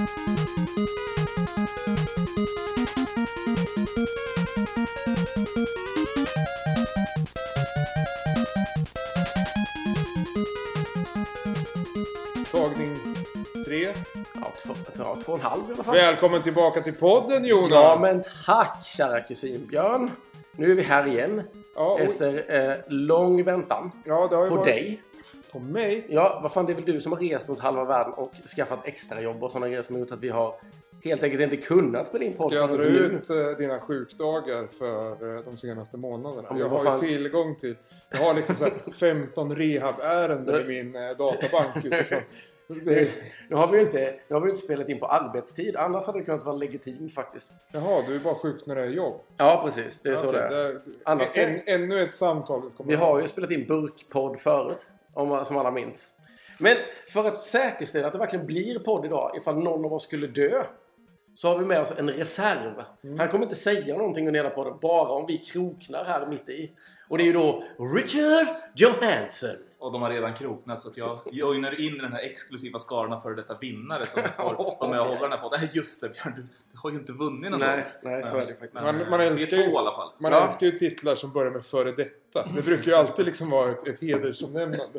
Tagning 3. Ja, 2,5 i alla fall. Välkommen tillbaka till podden, Jonas. Ja, men tack, kära kusin Björn. Nu är vi här igen. Ja, efter lång väntan. Ja, det har ju på varit... dig. På mig? Ja, vad fan, det är väl du som har rest runt halva världen och skaffat extra jobb och sådana grejer som har gjort att vi har helt enkelt inte kunnat spela in podd. Ska jag dra ut dina sjukdagar för de senaste månaderna? Ja, jag har ju tillgång till... Jag har liksom så här 15 rehab-ärenden i min databank utifrån. Nu har vi ju inte spelat in på arbetstid. Annars hade det kunnat vara legitimt faktiskt. Jaha, du är bara sjuk när det är jobb. Ja, precis. Det är så det är. Annars ännu ett samtal. Vi har ju spelat in burkpodd förut. Som alla minns. Men för att säkerställa att det verkligen blir podd idag, ifall någon av oss skulle dö, så har vi med oss en reserv. Han kommer inte säga någonting under hela podden, bara om vi kroknar här mitt i. Och det är ju då Richard Johansson. Och de har redan kroknat, så att jag joinar in den här exklusiva skarorna för detta vinnare som har med att hålla den här podden. Just det, Björn, du har ju inte vunnit någon gång. Nej, så är det faktiskt. Man älskar det är 2 i alla fall. Man älskar ju titlar som börjar med före detta. Det brukar ju alltid liksom vara ett hedersomnämnande.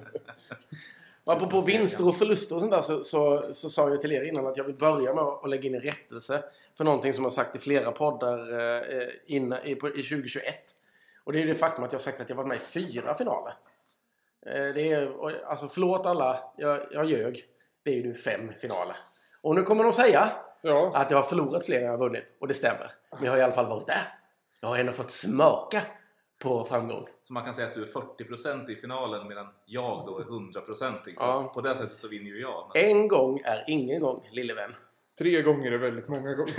Apropå vinster och förluster och sånt där, så sa jag till er innan att jag vill börja med att lägga in en rättelse för någonting som jag sagt i flera poddar i 2021. Och det är det faktum att jag har sagt att jag varit med i 4 finaler. Det är, alltså förlåt alla, jag ljög. Det är ju 5 finaler. Och nu kommer de säga att jag har förlorat fler än jag har vunnit. Och det stämmer. Men jag har i alla fall varit där. Jag har ändå fått smaka på framgång. Så man kan säga att du är 40% i finalen medan jag då är 100%. Så ja. På det sättet så vinner ju jag. Men... En gång är ingen gång, lille vän. 3 gånger är väldigt många gånger.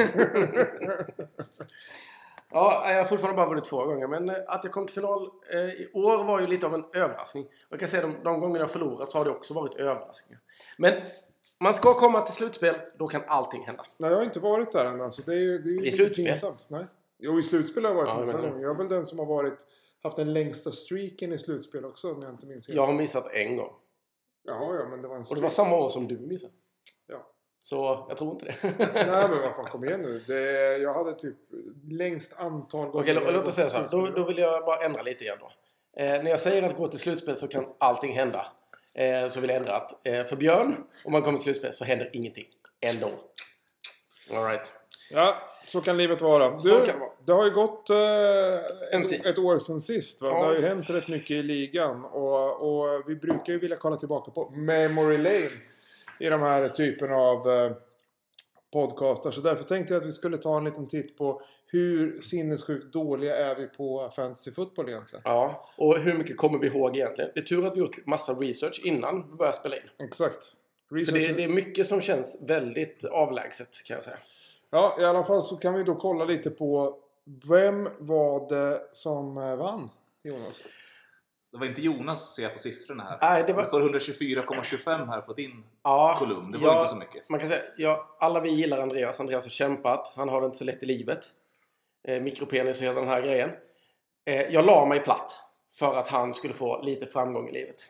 Ja, jag har fortfarande bara vunnit 2 gånger. Men att jag kom till final i år var ju lite av en överraskning. Och jag kan säga de gånger jag förlorat så har det också varit överraskningar. Men man ska komma till slutspel, då kan allting hända. Nej, jag har inte varit där än. Alltså, det är lite pinsamt. Nej. Jo, i slutspel har jag varit med. Jag är väl den som har haft den längsta streaken i slutspel också, om jag inte minns helt. Jag har missat en gång. Jaha, men det var en streak. Och det var samma år som du missade. Ja. Så jag tror inte det. Nej, men vad fan, kom igen nu. Jag hade typ längst antal gånger. Okej, låt oss säga så här. Då vill jag bara ändra lite igen då. När jag säger att gå till slutspel så kan allting hända. Så vill jag ändra att för Björn, om man kommer till slutspel så händer ingenting. Ändå. All right. Ja, så kan livet vara. Det har ju gått ett år sedan sist. Va? Det har ju hänt rätt mycket i ligan. Och vi brukar ju vilja kolla tillbaka på Memory Lane i de här typen av podcaster. Så därför tänkte jag att vi skulle ta en liten titt på hur sinnessjukt dåliga är vi på fantasy football egentligen. Ja, och hur mycket kommer vi ihåg egentligen? Det är tur att vi gjort massa research innan vi börjar spela in. Exakt. För det är mycket som känns väldigt avlägset, kan jag säga. Ja, i alla fall så kan vi då kolla lite på vem var det som vann, Jonas? Det var inte Jonas, ser jag på siffrorna här. Nej, det står 124,25 här på din kolumn. Det var inte så mycket. Man kan säga, alla vi gillar Andreas. Andreas har kämpat. Han har det inte så lätt i livet. Mikropenis och hela den här grejen. Jag la mig platt för att han skulle få lite framgång i livet.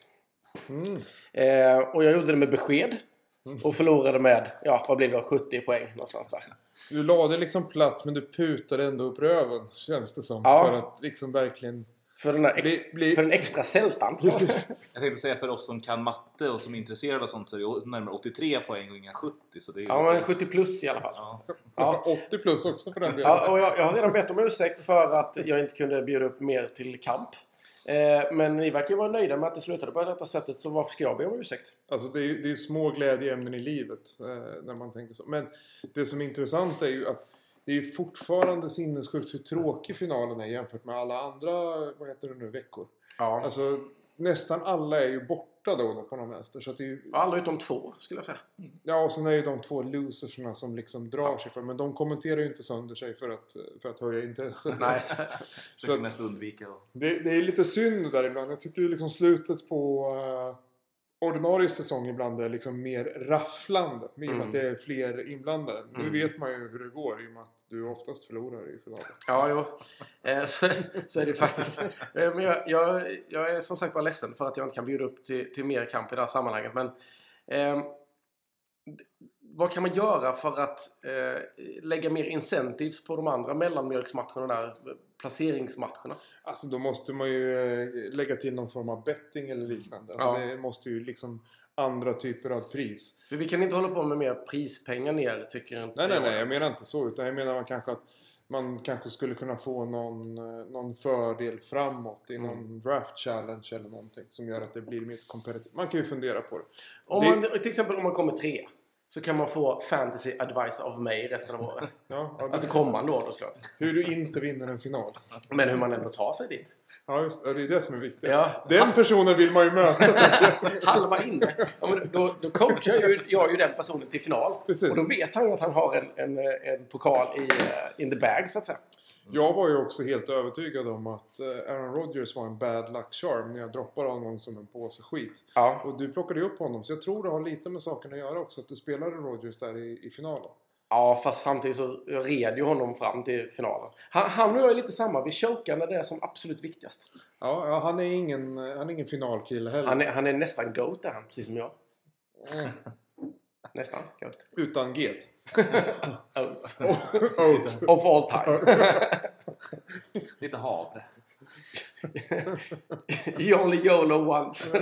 Och jag gjorde det med besked. Och förlorade med, vad blev det, 70 poäng någonstans där. Du la det liksom platt, men du putade ändå upp röven, känns det som. Ja. För att liksom verkligen... För den extra sältan. Precis. Jag tänkte säga för oss som kan matte och som är intresserade av sånt så är det närmare 83 poäng och inga 70. Så det är ja, men 70 plus i alla fall. Ja. 80 plus också för den delen. Ja, och jag har redan bett om ursäkt för att jag inte kunde bjuda upp mer till kamp. Men ni verkar vara nöjda med att det slutade på detta sättet, så varför ska jag be om ursäkt? Alltså det är små glädjeämnen i livet när man tänker så. Men det som är intressant är ju att det är fortfarande sinnessjukt hur tråkig finalen är jämfört med alla andra, veckor. Ja. Alltså nästan alla är ju borta då på någon vänster. Så att det är ju... Alla utom 2 skulle jag säga. Ja, och sen är ju de 2 loserserna som liksom drar sig för. Men de kommenterar ju inte sönder sig för att höja intresset. Nej, så att mest undvika. Det är lite synd där ibland. Jag tycker ju liksom slutet på ordinarie säsong ibland är liksom mer rafflande. I och med att det är fler inblandade. Nu vet man ju hur det går i och med att du oftast förlorar i finalen. Ja, jo. Så är det faktiskt. Men jag är som sagt bara ledsen för att jag inte kan bjuda upp till mer kamp i det här sammanhanget. Men vad kan man göra för att lägga mer incentives på de andra mellanmjölksmatcherna där, placeringsmatcherna? Alltså då måste man ju lägga till någon form av betting eller liknande. Alltså det måste ju liksom andra typer av pris. För vi kan inte hålla på med mer prispengar ner, tycker jag inte. Nej, jag menar inte så. Utan jag menar man kanske skulle kunna få någon fördel framåt i någon draft challenge eller någonting som gör att det blir mer kompetitivt. Man kan ju fundera på det. Till exempel om man kommer 3 så kan man få fantasy advice av mig resten av året. Alltså kommande år då såklart. Hur du inte vinner en final. Men hur man ändå tar sig dit. Ja, just det. Det är det som är viktigt. Ja. Den personen vill man ju möta. Halva inne. Ja, men då coachar jag ju den personen till final. Precis. Och då vet han ju att han har en pokal in the bag, så att säga. Jag var ju också helt övertygad om att Aaron Rodgers var en bad luck charm när jag droppade honom som en påse skit. Ja. Och du plockade upp honom, så jag tror det har lite med saken att göra också. Att du spelade Rodgers där i finalen. Ja, fast samtidigt så red ju honom fram till finalen. Han och jag är lite samma. Vi chokar när det är som absolut viktigast. Ja, han är ingen finalkille heller. Han är nästan GOAT där, precis som jag. Nästan GOAT. Utan get. Oat. Of all time. Lite havre. You only YOLO once.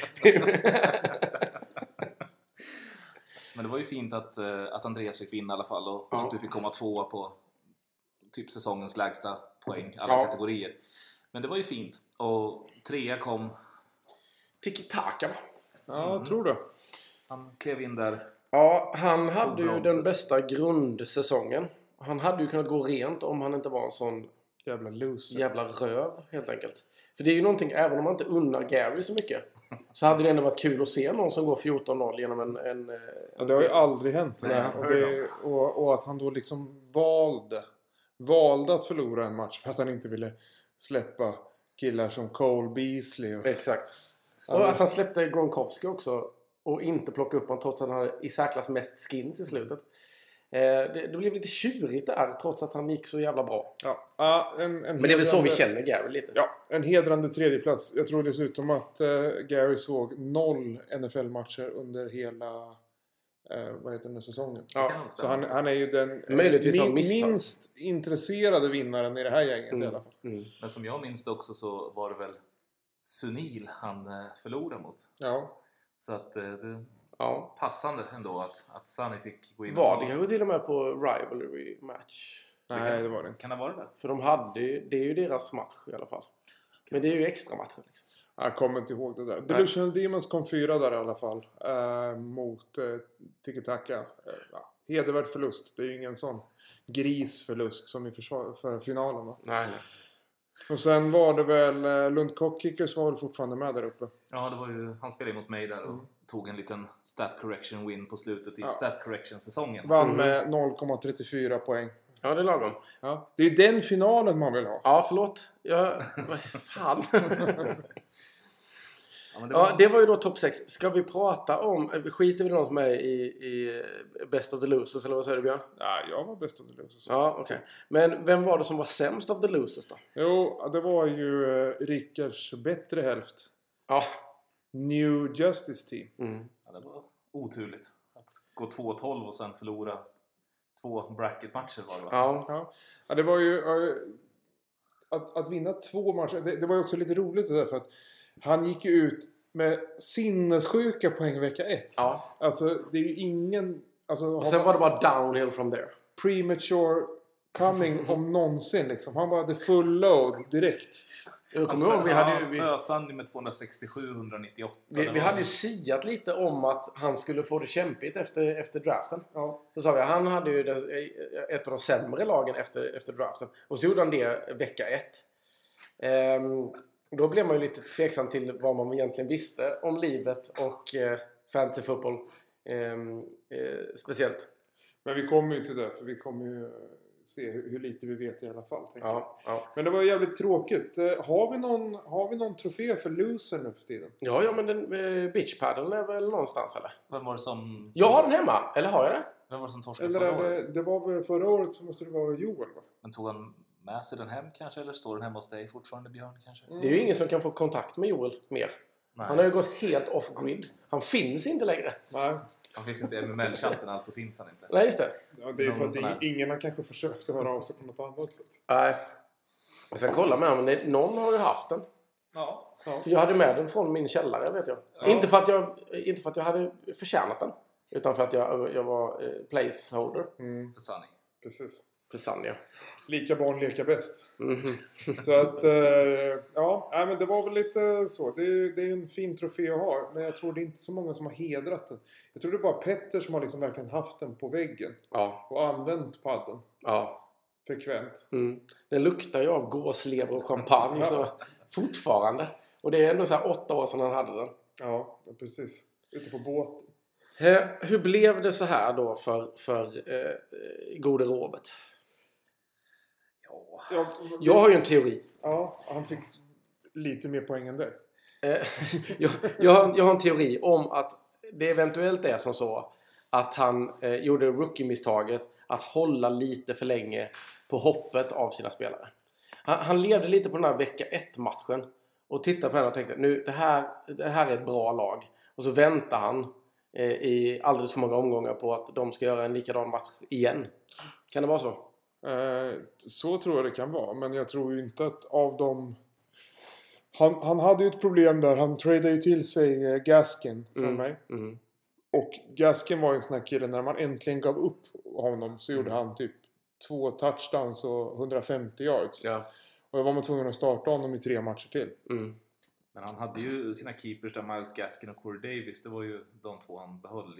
Men det var ju fint att Andreas fick vinna i alla fall och att du fick komma 2 på typ säsongens lägsta poäng, alla kategorier. Men det var ju fint. Och 3 kom Tiki-taka, va? Ja, jag tror det. Han klev in där. Ja, han hade ju den bästa grundsäsongen. Han hade ju kunnat gå rent om han inte var en sån jävla loser. Jävla röv, helt enkelt. För det är ju någonting, även om man inte unnar Gary så mycket, så hade det ändå varit kul att se någon som går 14-0 genom en det har ju aldrig hänt. Och att han då liksom valde att förlora en match för att han inte ville släppa killar som Cole Beasley. Exakt. Och att han släppte Gronkowski också och inte plocka upp honom trots att han hade i särklass mest skins i slutet. Det blev lite tjurigt där trots att han gick så jävla bra. Ja, men det är väl så vi känner Gary lite. Ja, en hedrande tredjeplats. Jag tror dessutom att Gary såg 0 NFL-matcher under hela säsongen. Ja. Så han är ju den minst intresserade vinnaren i det här gänget i alla fall. Men som jag minns det också så var det väl Sunil han förlorade mot. Ja. Så att det passande ändå att Sunny fick gå in. Var det kanske till och med på rivalry match? Nej, det var det inte. Kan det vara det? För de hade det är ju deras match i alla fall. Men det är ju extra matcher liksom. Jag kommer inte ihåg det där. Delusional Demons kom 4 där i alla fall. Mot Tiki-taka. Hedervärd förlust. Det är ju ingen sån grisförlust som i för finalen, va? Nej. Och sen var det väl Lund Cockkickers var väl fortfarande med där uppe. Ja, det var ju, han spelade mot mig där och tog en liten stat correction win på slutet i stat correction-säsongen. Vann med 0,34 poäng. Ja, det är lagom. Ja, det är den finalen man vill ha. Ja, förlåt. Fan. Det var ju då topp 6. Ska vi prata om... Skiter vi någon som är i Best of the Losers, eller vad säger du, Björn? Ja, jag var Best of the Losers. Ja, okej. Men vem var det som var sämst of the Losers då? Jo, det var ju Rickards bättre hälft. Ja. New Justice Team. Ja, det var oturligt. Att gå 2-12 och sen förlora 2 bracket-matcher var det, va? Ja, det var ju... Att vinna 2 matcher... Det var ju också lite roligt det där, för att han gick ju ut med sinnessjuka poäng vecka 1. Ja. Alltså, det är ju ingen... Alltså, och sen var det bara downhill from there. Premature coming om någonsin, liksom. Han bara hade full load direkt. Jag kommer ihåg, vi hade ju... Spösandy med 267-198. Vi hade ju siat lite om att han skulle få det kämpigt efter draften. Ja. Så sa vi, han hade ju ett av de sämre lagen efter draften. Och så gjorde han det vecka 1. Då blev man ju lite tveksam till vad man egentligen visste om livet och fantasy football speciellt. Men vi kommer ju till det, för vi kommer ju se hur lite vi vet i alla fall. Ja. Men det var jävligt tråkigt. Har vi någon trofé för loser nu för tiden? Ja, men den bitch paddle är väl någonstans, eller? Vem var det som... Jag har den hemma, eller har jag det? Vem var det som torskade förra året? Det var väl förra året, så måste det vara Joel, va? Men tog han med sig den hem kanske, eller står den hemma hos dig fortfarande, Björn, kanske? Det är ju ingen som kan få kontakt med Joel mer. Nej. Han har ju gått helt off-grid. Han finns inte längre. Nej. Han finns inte i MML-chatten, alltså finns han inte. Nej, just det. Ja, det är för att ingen har kanske försökt att höra av sig på något annat sätt. Nej. Jag ska kolla med honom, men någon har ju haft den. Ja. För jag hade med den från min källare, vet jag. Ja. Inte för att jag hade förtjänat den. Utan för att jag var placeholder. För Sunny. Precis. För Sunny, ja. Lika barn leka bäst. Så att, men det var väl lite så. Det är en fin trofé att ha. Men jag tror det är inte så många som har hedrat den. Jag tror det är bara Petter som har liksom verkligen haft den på väggen. Ja. Och använt padden. Ja. Frekvent. Den luktar ju av gåslever och champagne så fortfarande. Och det är ändå så här 8 år sedan han hade den. Ja, precis. Ute på båten. Hur blev det så här då för gode Robert? Jag har ju en teori. Ja, han fick lite mer poäng än det. Jag har en teori om att det eventuellt är som så att han gjorde rookie-misstaget att hålla lite för länge på hoppet av sina spelare. Han levde lite på den här vecka 1-matchen och tittade på den och tänkte nu det här är ett bra lag. Och så väntar han i alldeles för många omgångar på att de ska göra en likadan match igen. Kan det vara så? Så tror jag det kan vara. Men jag tror ju inte att av dem... Han hade ju ett problem där. Han tradade ju till sig Gaskin från mig. Och Gaskin var ju en sån här kille. När man äntligen gav upp honom så gjorde han typ 2 touchdowns och 150 yards. Ja. Och jag var man tvungen att starta honom i 3 matcher till. Men han hade ju sina keepers där, Miles Gaskin och Corey Davis. Det var ju de 2 han behöll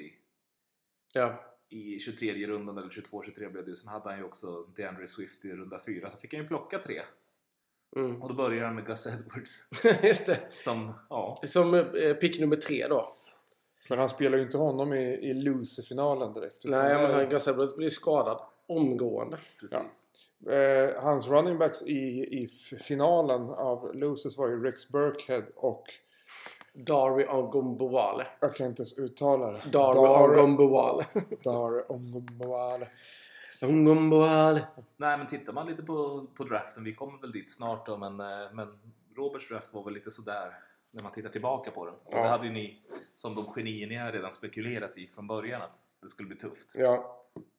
i 23 rundan eller 22-23 blev det. Sen hade han ju också DeAndre Swift i runda 4. Så fick han ju plocka 3. Och då började han med Gus Edwards. Just det. Som pick nummer 3 då. Men han spelar ju inte honom i loser-finalen direkt. Nej, men Gus Edwards blir skadad omgående. Precis. Ja. Hans running backs i finalen av losers var ju Rex Burkhead och Dari Ogunbowale. Jag kan inte ens uttala det. Dari Ogunbowale. Dari Ogunbowale. Ogunbowale. Nej, men tittar man lite på draften, vi kommer väl dit snart då, men Roberts draft var väl lite sådär när man tittar tillbaka på den. Och det hade ju ni, som de genier ni har redan spekulerat i från början, att det skulle bli tufft. Ja.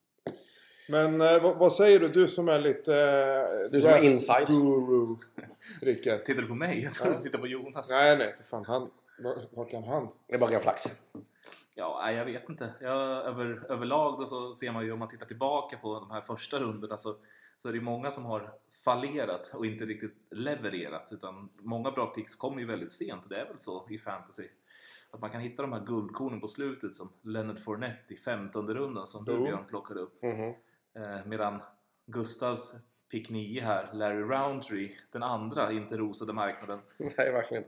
Men vad säger du? Du som är lite... du som är inside. Guru, Rickard. Tittar du på mig? Jag tror du tittar på Jonas. Nej, för fan. Vad kan han? Det är bara en flax. Ja, jag vet inte. Överlag då så ser man ju, om man tittar tillbaka på de här första rundorna så är det många som har fallerat och inte riktigt levererat. Utan många bra picks kommer ju väldigt sent. Och det är väl så i fantasy. Att man kan hitta de här guldkornen på slutet som Leonard Fournette i 15:e rundan som du Björn plockade upp. Medan Gustavs pick 9 här, Larry Roundtree, den andra inte rosade marknaden. Nej, verkligen.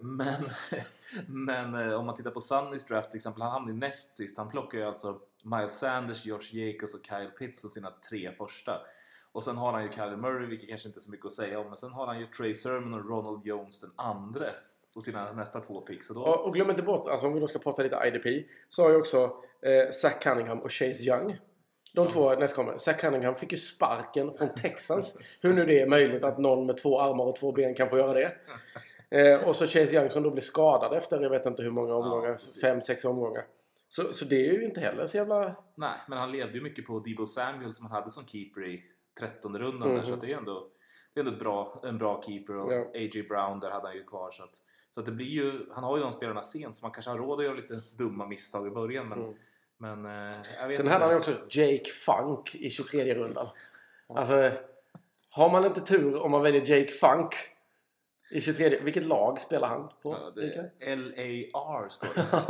Men om man tittar på Sunnys draft till exempel, han hamnade näst sist. Han plockar ju alltså Miles Sanders, Josh Jacobs och Kyle Pitts som sina 3 första. Och sen har han ju Kyler Murray, vilket kanske inte är så mycket att säga om. Men sen har han ju Trey Sermon och Ronald Jones den andra och sina nästa 2 picks. Och glöm inte bort, alltså om vi då ska prata lite IDP, så har ju också Zach Cunningham och Chase Young. De 2 nästkommande. Zach Cunningham fick ju sparken från Texans. Hur nu det är möjligt att någon med 2 armar och 2 ben kan få göra det. Och så Chase Young som då blir skadad efter jag vet inte hur många omgångar. 5-6 omgånger. Så det är ju inte heller så jävla... Nej, men han levde ju mycket på Deebo Samuel som han hade som keeper i 13:e rundan där, så att det är ändå en bra keeper. Och A.J. Brown där hade han ju kvar. Så att det blir ju... Han har ju de spelarna sent så man kanske har råd att göra lite dumma misstag i början. Men jag vet. Sen hade han ju också Jake Funk i 23:e rundan. Alltså, har man inte tur om man väljer Jake Funk i 23:e... Vilket lag spelar han på? Ja, det är LAR står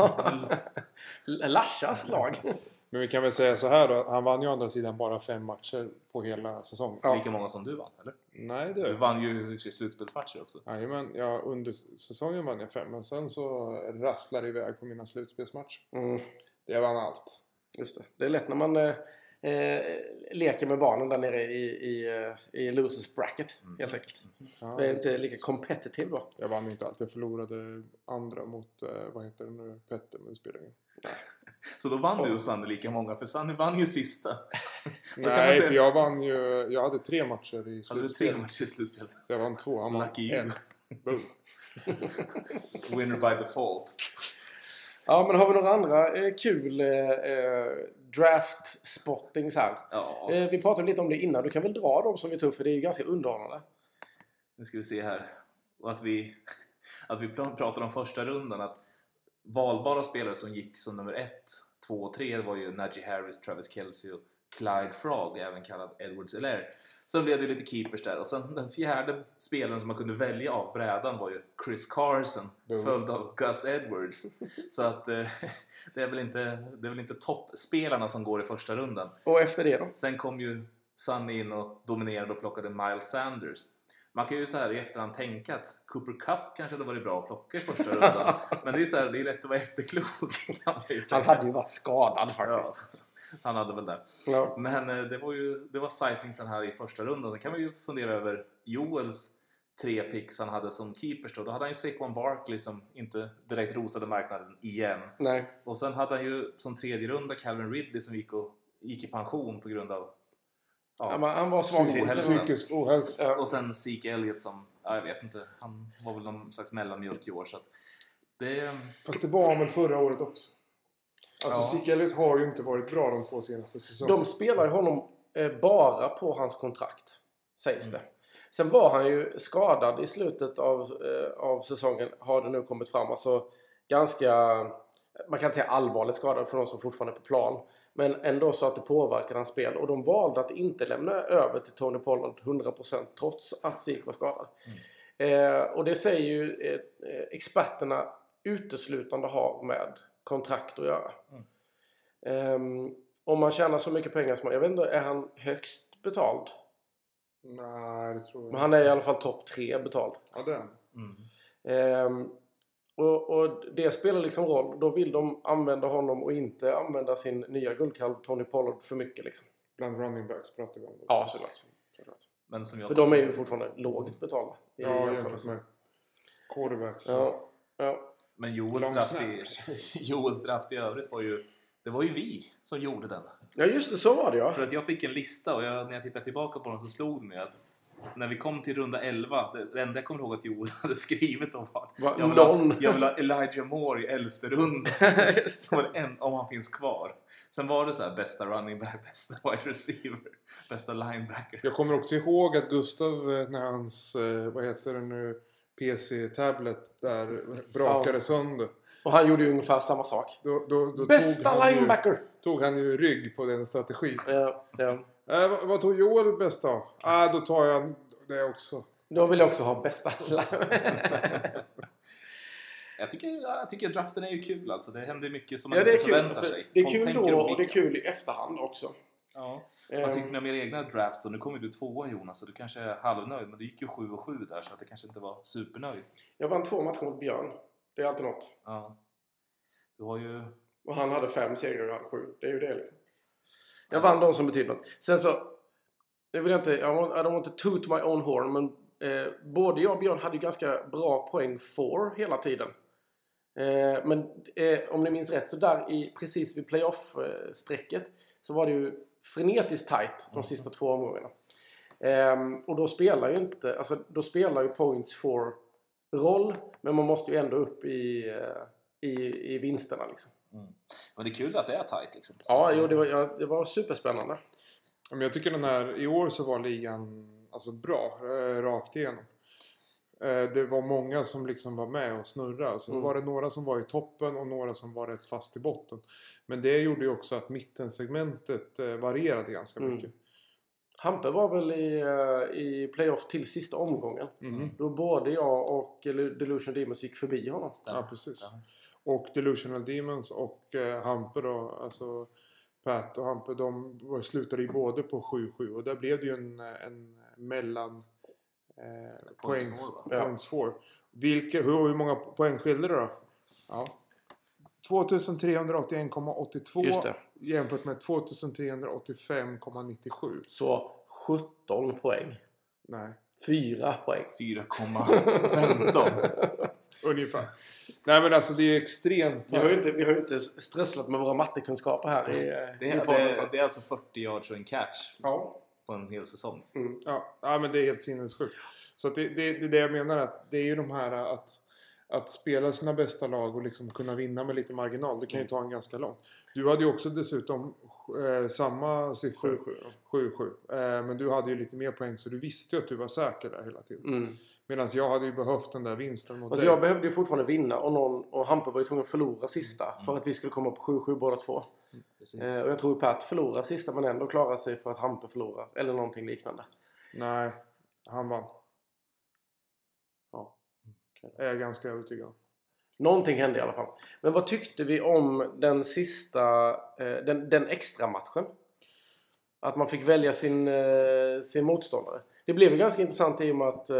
det. Lashas lag. Men vi kan väl säga så här då. Han vann ju å andra sidan bara 5 matcher på hela säsongen. Ja. Lika många som du vann, eller? Nej, du vann ju slutspelsmatcher också. Nej, men under säsongen vann jag 5. Men sen så rasslar det iväg på mina slutspelsmatcher. Det vann allt. Just det. Det är lätt när man leker med barnen där nere i losers bracket, helt enkelt. Ja, det är inte lika competitive då. Jag vann inte allt. Jag förlorade andra mot, vad heter det nu, Petter med spelningen. Så då vann du och Sanne lika många, för Sanne vann ju sista. Nej, för jag vann ju, jag hade 3 matcher i slutspel. Hade du 3 matcher i slutspel? Så jag vann 2. Han vann 1. Winner by default. Ja, men har vi några andra kul draft-spottings här? Ja. Vi pratade lite om det innan. Du kan väl dra dem som vi tog, för det är ju ganska underhållande. Nu ska vi se här. Och att vi pratar om första rundan. Att valbara spelare som gick som nummer 1, 2 och 3 var ju Najee Harris, Travis Kelce och Clyde Frog, även kallad Edwards-Helaire. Sen blev det lite keepers där. Och sen den fjärde spelaren som man kunde välja av brädan var ju Chris Carson, följd av Gus Edwards. Så att det är väl inte toppspelarna som går i första rundan. Och efter det då? Sen kom ju Sonny in och dominerade och plockade Miles Sanders. Man kan ju så här i efterhand tänka att Cooper Kupp kanske hade varit bra att plocka i första rundan. Men det är så här, det är lätt att vara efterklok. Han hade ju varit skadad faktiskt. Ja, han hade väl det. Ja. Men det var sightingsen här i första rundan. Sen kan man ju fundera över Joels 3 picks han hade som keepers då. Då hade han ju Saquon Barkley som inte direkt rosade marknaden igen. Nej. Och sen hade han ju som tredje runda Calvin Ridley som gick i pension på grund av han var svag psykisk ohälsa. Och sen Zeke Elliott som, jag vet inte, han var väl någon slags mellanmjölk i år. Så att Fast det var han väl förra året också. Alltså Zeke Elliott har ju inte varit bra de 2 senaste säsongerna. De spelar honom bara på hans kontrakt, sägs det. Sen var han ju skadad i slutet av säsongen, har det nu kommit fram. Alltså ganska, man kan inte säga allvarligt skadad för de som fortfarande är på plan. Men ändå så att det påverkar hans spel. Och de valde att inte lämna över till Tony Pollard 100% trots att Zeke var skadad. Och det säger ju experterna uteslutande har med kontrakt att göra. Om man tjänar så mycket pengar som jag vet inte, är han högst betald? Nej, det tror jag. Men han är i alla fall topp 3 betald. Ja, det är och det spelar liksom roll. Då vill de använda honom och inte använda sin nya guldkalv Tony Pollard för mycket liksom. Bland running backs pratar vi om det. Ja, såklart. Men som för de är ju fortfarande lågt betalda. Ja, jämfört med quarterbacks. Ja. Men Joels draft i övrigt det var ju vi som gjorde den. Ja, just det, så var det, ja. För att jag fick en lista och när jag tittar tillbaka på den så slog det mig att när vi kom till runda 11, det enda jag kommer ihåg att Joel hade skrivit om att jag vill ha Elijah Moore i 11:e rundan. Om han finns kvar. Sen var det så här, bästa running back, bästa wide receiver, bästa linebacker. Jag kommer också ihåg att Gustav, när hans, vad heter det nu, PC-tablet där brakade sönder. Och han gjorde ju ungefär samma sak. Då bästa linebacker! Tog han ju rygg på den strategin. Ja. Vad tog Joel bästa? Då tar jag det också. Då vill jag också ha bästa Jag tycker draften är ju kul alltså. Det händer mycket som man inte förväntar sig. Det är kul då och det är kul i efterhand också. Ja. Vad tyckte ni om era egna drafts? Och nu kommer du 2 Jonas, så du kanske är halvnöjd. Men det gick ju 7-7 där, så att det kanske inte var supernöjd. Jag vann 2 matcher mot Björn. Det är alltid något. Ja. Du har ju... Och han hade 5 segrar och jag hade 7. Det är ju det liksom. Jag vann de som betyder något. Sen så... Det vill jag inte... I don't want to toot my own horn. Men både jag och Björn hade ju ganska bra poäng for hela tiden. Men om ni minns rätt så där precis vid playoff-strecket så var det ju frenetiskt tight de sista 2 omgångarna. Och då spelar ju inte... Alltså då spelar ju points for roll. Men man måste ju ändå upp i vinsterna liksom. Men det är kul att det är tight liksom. Ja, det var superspännande. Men jag tycker den här, i år så var ligan alltså bra, rakt igenom. Det var många som liksom var med och snurrade. Så var det några som var i toppen och några som var rätt fast i botten. Men det gjorde ju också att mittensegmentet varierade ganska mycket. Hampe var väl i playoff till sista omgången. Då både jag och Delusional Demons gick förbi honom. Ja, precis. Och Delusional Demons och Hampe då, alltså Pat och Hampe, de slutade ju både på 7-7. Och där blev det ju en mellan points for. Hur många poäng skilde det då? Ja. 2381,82 jämfört med 2385,97. Så 17 poäng. Nej. 4 poäng. 4,15. Ungefär. Nej, men alltså det är extremt. Vi har ju inte stresslat med våra mattekunskaper här det är alltså 40 yards och en catch på en hel säsong. Ja, men det är helt sinnessjukt. Så att det är det jag menar, att det är ju de här att spela sina bästa lag och liksom kunna vinna med lite marginal, det kan ju ta en ganska långt. Du hade ju också dessutom samma siffror. 7-7. Men du hade ju lite mer poäng, så du visste ju att du var säker där hela tiden. Medan jag hade ju behövt den där vinsten mot dig. Jag behövde ju fortfarande vinna och Hampe var ju tvungen att förlora sista för att vi skulle komma på 7-7 båda två. Och jag tror Pat förlorar sista men ändå klarar sig för att Hampe förlorar. Eller någonting liknande. Nej, han vann. Ja. Jag är ganska övertygad. Någonting hände i alla fall. Men vad tyckte vi om den sista den extra matchen? Att man fick välja sin motståndare. Det blev ju ganska intressant i och med att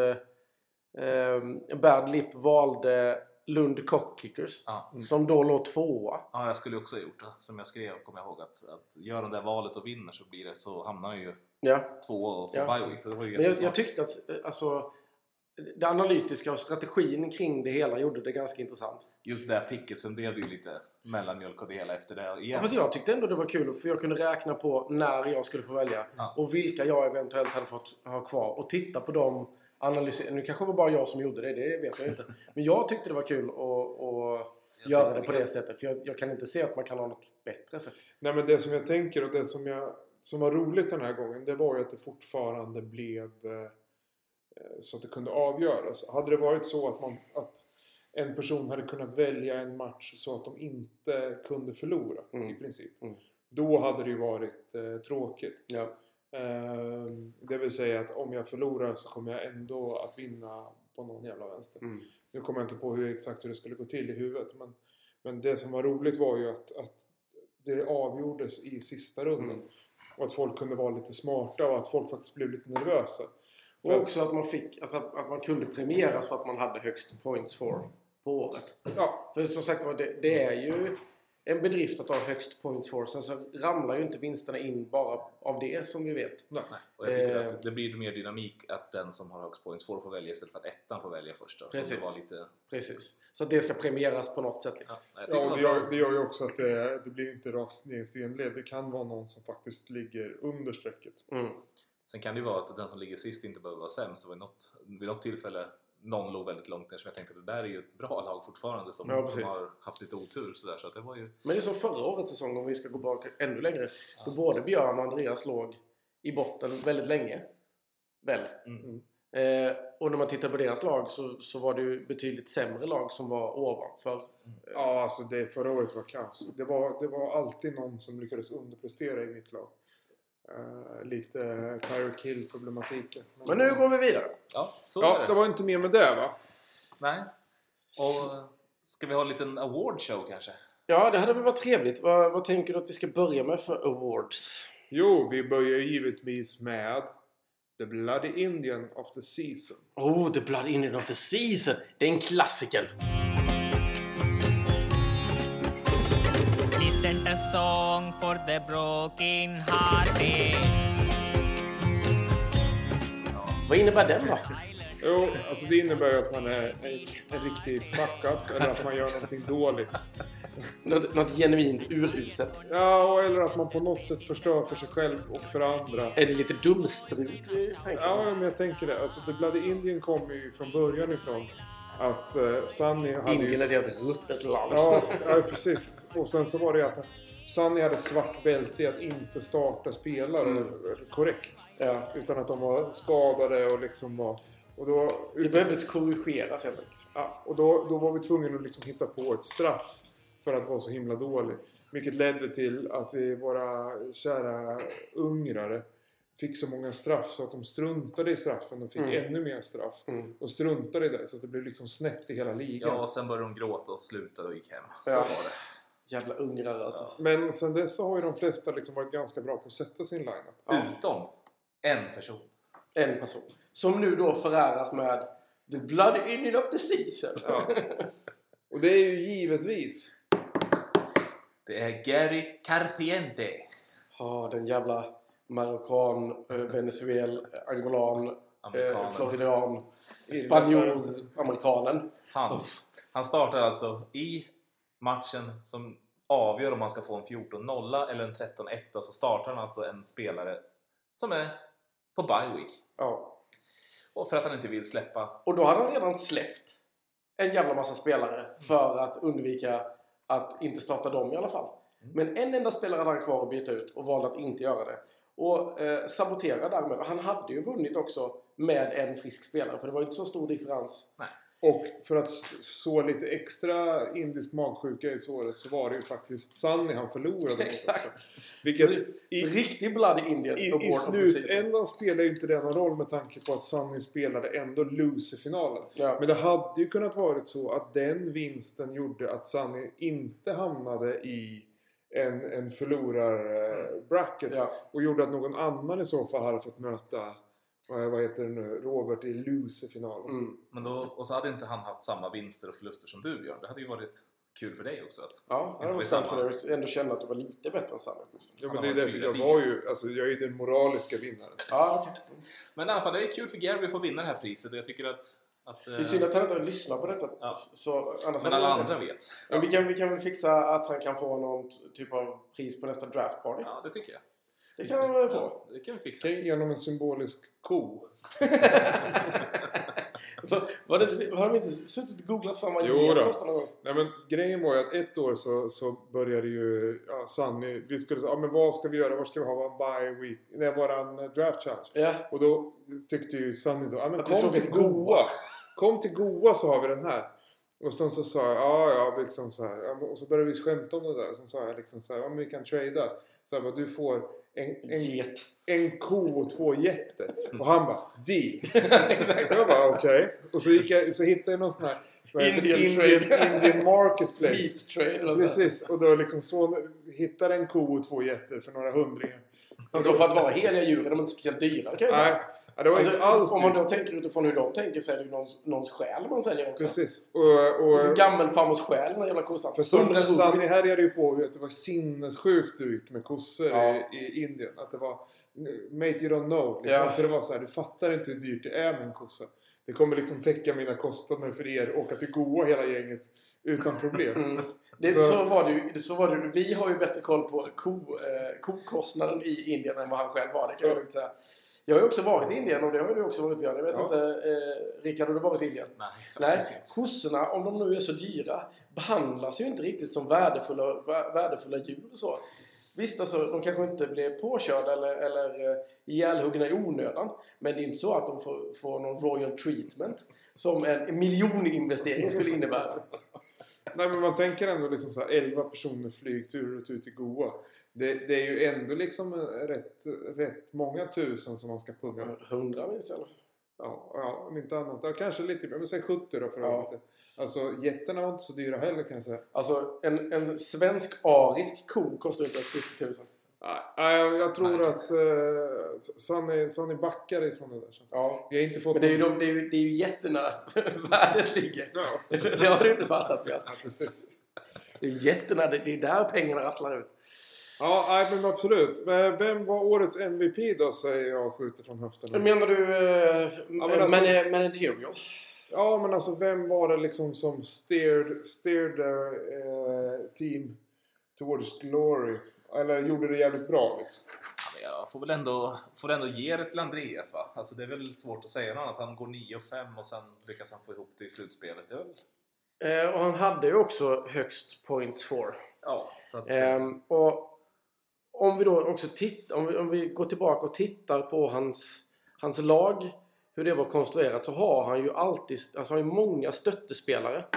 Bad Lip valde Lund Cockkickers som då låg 2. Ja, jag skulle också ha gjort det. Som jag skrev, kommer jag ihåg att gör de där valet och vinner så blir det, så hamnar han ju 2 och får bye week. Så det var ju men jag tyckte att alltså, det analytiska och strategin kring det hela gjorde det ganska intressant. Just det här picket, sen blev det ju lite mellanmjölk och det hela efter det igen. Ja, för jag tyckte ändå det var kul för jag kunde räkna på när jag skulle få välja och vilka jag eventuellt hade fått ha kvar och titta på dem. Nu kanske det var bara jag som gjorde det vet jag inte. Men jag tyckte det var kul att göra det på det sättet. För jag kan inte se att man kan ha något bättre sätt. Nej, men det som jag tänker och det som var roligt den här gången, det var ju att det fortfarande blev så att det kunde avgöras. Hade det varit så att en person hade kunnat välja en match så att de inte kunde förlora i princip. Då hade det ju varit tråkigt. Ja. Det vill säga att om jag förlorar så kommer jag ändå att vinna på någon jävla vänster. Nu kommer jag inte på exakt hur det skulle gå till i huvudet. Men det som var roligt var ju att det avgjordes i sista runden. Och att folk kunde vara lite smarta och att folk faktiskt blev lite nervösa. Och också att man fick, alltså att man kunde premieras för att man hade högst points for på året. Ja. För som sagt det är ju en bedrift att ha högst points for. Sen så ramlar ju inte vinsterna in bara av det som vi vet. Nej. Och jag tycker att det blir mer dynamik att den som har högst points for får välja istället för att ettan får välja första. Precis. Så det var lite... Precis. Så att det ska premieras på något sätt. Liksom. Det gör ju också att det blir inte rakt ner i stenled. Det kan vara någon som faktiskt ligger under strecket. Sen kan det ju vara att den som ligger sist inte behöver vara sämst. Det var vid något tillfälle någon låg väldigt långt ner, som jag tänkte att det där är ju ett bra lag fortfarande som har haft lite otur sådär, så att det var ju... Men det är som förra årets säsong, om vi ska gå bak ännu längre, så både Björn och Andreas låg i botten väldigt länge väl. Och när man tittar på deras lag så var det ju betydligt sämre lag som var ovanför. Ja, alltså förra året var kaos. Det var alltid någon som lyckades underprestera i mitt lag. Lite Tyre Kill problematiken. Men nu går vi vidare. Det var inte mer med det, va? Nej. Och ska vi ha en liten awardshow kanske? Ja, det hade väl varit trevligt. Vad tänker du att vi ska börja med för awards? Jo, vi börjar givetvis med The Bloody Indian of the Season. The Bloody Indian of the Season. Det är en klassiker. Listen a song for the broken hearted. Vad innebär den då? Jo, alltså det innebär ju att man är en riktig fuck up, eller att man gör någonting dåligt. Något genuint uruset. Ja, eller att man på något sätt förstör för sig själv och för andra. Är det lite dumstrut? Ja, men jag tänker det. Alltså, The Bloody Indian kommer ju från början ifrån att Sunny hade... Indien är ett ruttet land. Ja, precis. Och sen så var det att Sunny hade svart bälte i att inte starta spelare korrekt. Ja. Utan att de var skadade och liksom var... Och då, det behövdes korrigeras helt enkelt. Ja, och då var vi tvungna att liksom hitta på ett straff för att vara så himla dålig. Vilket ledde till att våra kära ungrare fick så många straff så att de struntade i straffen och fick ännu mer straff. Och struntade i det så att det blev liksom snett i hela ligan. Ja, och sen började de gråta och slutade och gick hem. Så var det. Jävla ungrare alltså. Men sen dess så har ju de flesta liksom varit ganska bra på att sätta sin lineup. Utom en person. En person. Som nu då föräras med The Bloody Indian of the Season. Ja. Och det är ju givetvis... Det är Gary Carciente. Ja, den jävla marockan, venezuel, angolan, floridian, spanjor, amerikanen. Han startar alltså i matchen som avgör om man ska få en 14-0 eller en 13-1. Så startar han alltså en spelare som är på bye week. Ja. Och för att han inte vill släppa. Och då hade han redan släppt en jävla massa spelare för att undvika att inte starta dem i alla fall. Men en enda spelare hade han kvar att byta ut och valde att inte göra det. Och sabotera därmed. Han hade ju vunnit också med en frisk spelare, för det var ju inte så stor differens. Nej. Och för att så lite extra indisk magsjuka i såret så var det ju faktiskt Sunny han förlorade. Exakt. Vilket så riktigt blood i Indien. I slutändan spelar ju inte det någon roll med tanke på att Sunny spelade ändå loser-finalen. Ja. Men det hade ju kunnat varit så att den vinsten gjorde att Sunny inte hamnade i en förlorar-bracket. Och gjorde att någon annan i så fall hade fått möta vad heter det nu? Robert i loser-finalen. Men då, och så hade inte han haft samma vinster och förluster som du, Björn. Det hade ju varit kul för dig också. Ja, det var sant för dig. Ändå känna att du var lite bättre än Sunny. Ja, men det är det. Jag var ju, alltså jag är ju den moraliska vinnaren. Ja, okay. Men i alla fall, det är kul för Gary att få vinna det här priset. Och jag tycker att det är synd att han inte lyssnar på detta. Ja. Så, men alla andra vet. Men vi kan väl fixa att han kan få någon typ av pris på nästa draft party. Ja, det tycker jag. Det kan han väl få. Ja, det kan vi fixa. Genom en symbolisk ko. Har de inte suttit och googlat fram vad det kostar någon gång? Nej, men grejen var ju att ett år så började ju Sunny, vi skulle säga, men vad ska vi göra? Var ska vi ha vår bye week? Det var en draft challenge. Ja. Och då tyckte ju Sunny då, men kom till Goa. Kom till Goa så har vi den här. Och sen så sa jag, liksom så här. Och så började vi skämta om det där. Och sen sa jag liksom så här, om vi kan trada. Så här, du får en ko och 2 getter. Och han bara, deal. Jag bara, okej. Och så hittade jag någon sån här Indian marketplace. Meat trade. Precis. Och då liksom så hittade en ko och 2 getter för några hundringar. Och då för att vara heliga djur är de inte speciellt dyra, kan jag säga. Ja, det var inte alls om man då tänker utifrån hur de tänker så är det någons själ man säljer också. Precis. Och gammelfarmors själ, den jävla kossan. För Sunny härjade ju på att det var sinnessjukt dyrt med kossor i Indien. Att det var mate you don't know. Liksom. Ja. Så det var så här, du fattar inte hur dyrt det är med en kossa. Det kommer liksom täcka mina kostnader för er. Åka till Goa hela gänget utan problem. Så var det. Vi har ju bättre koll på kokostnaden i Indien än vad han själv var. Det kan jag inte säga. Jag har ju också varit i Indien och det har ju du också varit, Björn. Jag vet inte, Rickard, har du varit i Indien? Nej, kossorna, om de nu är så dyra, behandlas ju inte riktigt som värdefulla djur och så. Visst, alltså, de kanske inte blir påkörda eller ihjälhuggna i onödan. Men det är inte så att de får någon royal treatment som en miljoninvestering skulle innebära. Nej, men man tänker ändå liksom så här, 11 personer flygtur och tur till Goa. Det är ju ändå liksom rätt många tusen som man ska punga. 100 minst eller? Ja, om inte annat. Ja, kanske lite mer. Men säg 70 då för övrigt. Alltså, jätterna var inte så dyra heller, kan jag säga. Alltså, en svensk arisk ko kostar inte ens 70 000. Nej, jag tror att Sunny backar ifrån det där. Ja. Vi har inte fått men det är ju jätterna värdet ligger. Ja. Det har du inte fattat, Björn. Ja, precis. Det är jätterna, det är där pengarna rasslar ut. Ja, men absolut. Vem var årets MVP då, säger jag, skjuter från höften? Menar du managerial? Ja, men alltså vem var det liksom som steered team towards glory? Eller gjorde det jävligt bra liksom? Jag får väl ändå ge det till Andreas, va? Alltså det är väl svårt att säga något annat. Han går 9-5 och sen lyckas han få ihop det i slutspelet. Det är väl... och han hade ju också högst points for. Ja, så att... och om vi då också om vi går tillbaka och tittar på hans lag, hur det var konstruerat, så har han ju alltid, alltså han har ju många stöttespelare.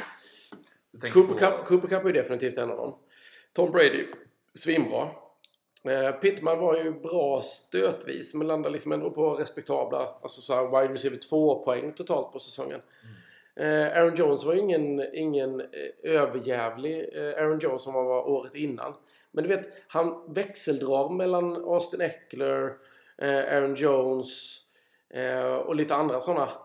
Cooper Cup är ju definitivt en av dem. Tom Brady, svinbra. Pittman var ju bra stötvis, men landade liksom ändå på respektabla, alltså så här wide receiver 2 poäng totalt på säsongen. Aaron Jones var ju ingen överjävlig Aaron Jones som var året innan. Men du vet, han växeldrar mellan Austin Eckler, Aaron Jones och lite andra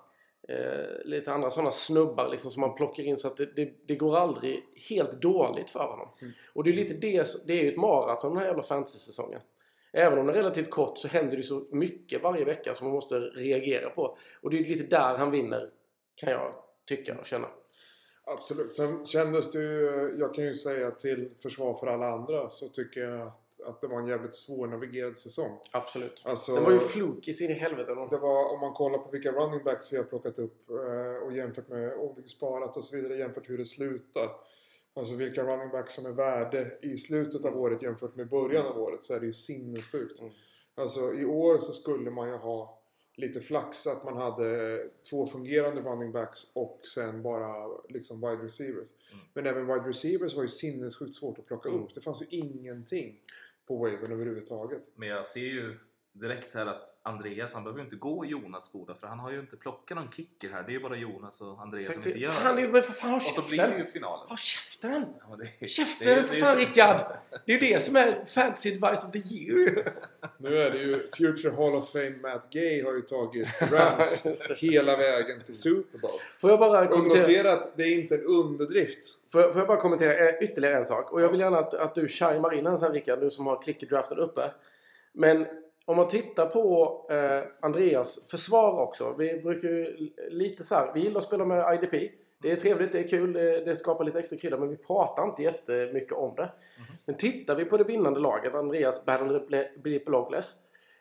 sådana snubbar liksom, som man plockar in, så att det går aldrig helt dåligt för honom. Och det är lite det är ju ett maraton den här jävla fantasy-säsongen. Även om den är relativt kort så händer det så mycket varje vecka som man måste reagera på. Och det är lite där han vinner, kan jag tycka och känna. Absolut. Sen kändes det ju, jag kan ju säga till försvar för alla andra, så tycker jag att det var en jävligt svårnavigerad säsong. Absolut. Alltså, det var ju flukis in i helvete. Det var, om man kollar på vilka running backs vi har plockat upp och jämfört med och vi sparat och så vidare, jämfört hur det slutar. Alltså vilka running backs som är värde i slutet av året jämfört med början av året, så är det ju sinnessjukt. Alltså i år så skulle man ju ha lite flax att man hade 2 fungerande running backs och sen bara liksom wide receivers. Men även wide receivers var ju sinnessjukt svårt att plocka upp. Det fanns ju ingenting på wavern överhuvudtaget. Men jag ser ju direkt här att Andreas, han behöver ju inte gå Jonas skola, för han har ju inte plockat någon kicker här. Det är ju bara Jonas och Andreas som inte gör det. För fan, och så blir det ju finalen. Ha käften! Ja, käften för fan, Rickard! Det är ju det som är Fantasy Advice of the Year. Nu är det ju Future Hall of Fame Matt Gay har ju tagit Rams hela vägen till Super Bowl. Får jag bara kommentera? Och notera att det är inte en underdrift. Får jag bara kommentera ytterligare en sak? Och jag vill gärna att du chimar in sen, Rickard, du som har clicker-draften uppe. Men om man tittar på Andreas försvar också. Vi brukar ju lite så här, vi gillar att spela med IDP. Det är trevligt, det är kul, det skapar lite extra krydda, men vi pratar inte jättemycket om det. Men tittar vi på det vinnande laget, Andreas Battle Bliplogless,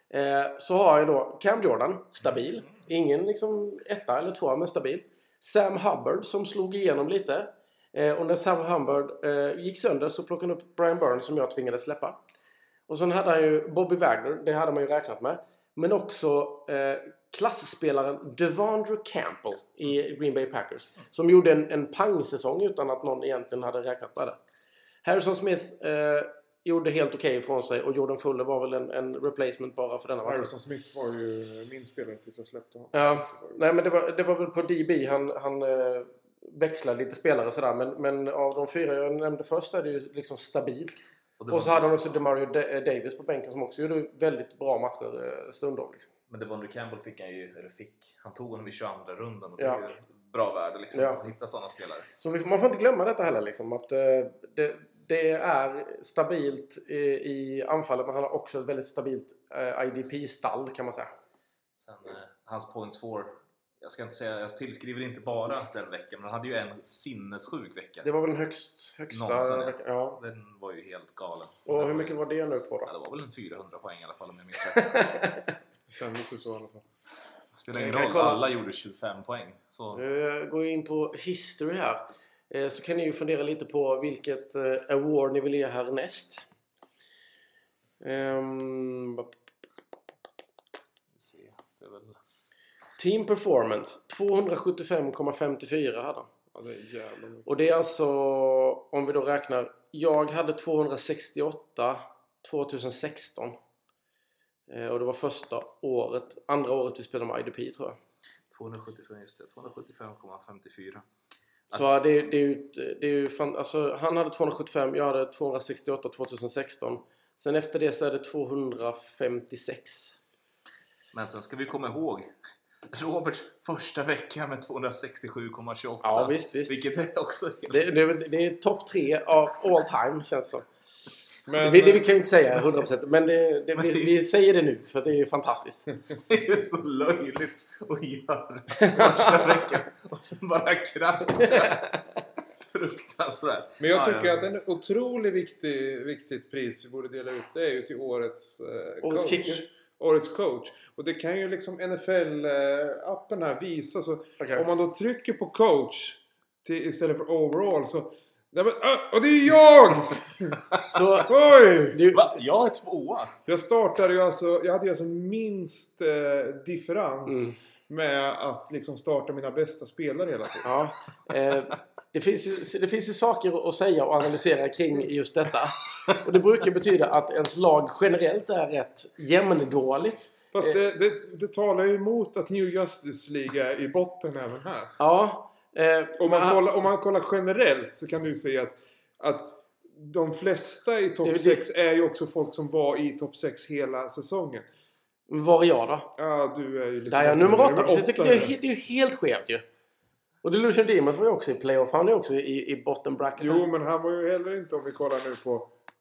så har jag då Cam Jordan, stabil. Ingen liksom 1 eller 2, men stabil. Sam Hubbard som slog igenom lite. Och när Sam Hubbard gick sönder så plockade han upp Brian Burns som jag tvingade släppa. Och sen hade han ju Bobby Wagner, det hade man ju räknat med. Men också klassspelaren Devondre Campbell i Green Bay Packers. Som gjorde en pangsäsong utan att någon egentligen hade räknat med det. Harrison Smith gjorde helt okej ifrån sig. Och Jordan Fuller var väl en replacement bara för denna match. Harrison Smith var ju min spelare tills jag släppte honom. Ja, nej men det var väl på DB han växlade lite spelare sådär. Men av de 4 jag nämnde först är det ju liksom stabilt. Och så hade han också Demario Davis på bänken som också gjorde väldigt bra matcher stundom. Liksom. Men Devondre Campbell han tog honom i 22:a rundan och det är ju bra värde liksom, att hitta sådana spelare. Så man får inte glömma detta heller liksom, att det är stabilt i anfallet, men han har också ett väldigt stabilt IDP-stall kan man säga. Sen hans points for, jag ska inte säga, jag tillskriver inte bara den veckan, men han hade ju en sinnessjuk vecka. Det var väl den högsta veckan. Ja. Den var ju helt galen. Och hur mycket var det nu på då? Ja, det var väl en 400 poäng i alla fall om jag minns rätt. Det kändes ju så i alla fall. Det spelar ingen roll, alla gjorde 25 poäng. Så. Går in på history här. Så kan ni ju fundera lite på vilket award ni vill ge härnäst. Team Performance 275,54 hade han. Ja, det är jävla mycket. Och det är alltså, om vi då räknar, jag hade 268 2016. Och det var andra året vi spelade med IDP tror jag. 275, just det. 275,54. Så det är ju fan, alltså, han hade 275, jag hade 268 2016. Sen efter det så är det 256. Men sen ska vi komma ihåg Roberts första vecka med 267,28. Ja, visst. Vilket är också det är topp 3 av all time, känns så. Men, det kan vi inte säga 100%, men vi säger det nu för det är ju fantastiskt. Det är så löjligt att göra första veckan och sen bara krascha. Fruktansvärt. Men jag tycker att en otroligt viktigt pris vi borde dela ut, det är ju till årets coach. Årets coach. Och det kan ju liksom NFL-appen här visa. Så om man då trycker på coach istället för overall så... och det är jag! Så, oj! Jag är 2. Jag startade ju alltså... Jag hade ju alltså minst differens med att liksom starta mina bästa spelare hela tiden. Ja, det finns ju saker att säga och analysera kring just detta. Och det brukar betyda att ens lag generellt är rätt jämndåligt. Fast det talar ju emot att New Justice League är i botten även här. Ja. Om man kollar generellt så kan du säga att de flesta i topp 6 är ju också folk som var i topp 6 hela säsongen. Var är jag då? Ja, du är ju lite... Där är jag nummer 8. Det är ju helt skevt ju. Och Delusion Demons var ju också i playoff. Han är också i bottom bracket. Jo, men han var ju heller inte, om vi kollar nu på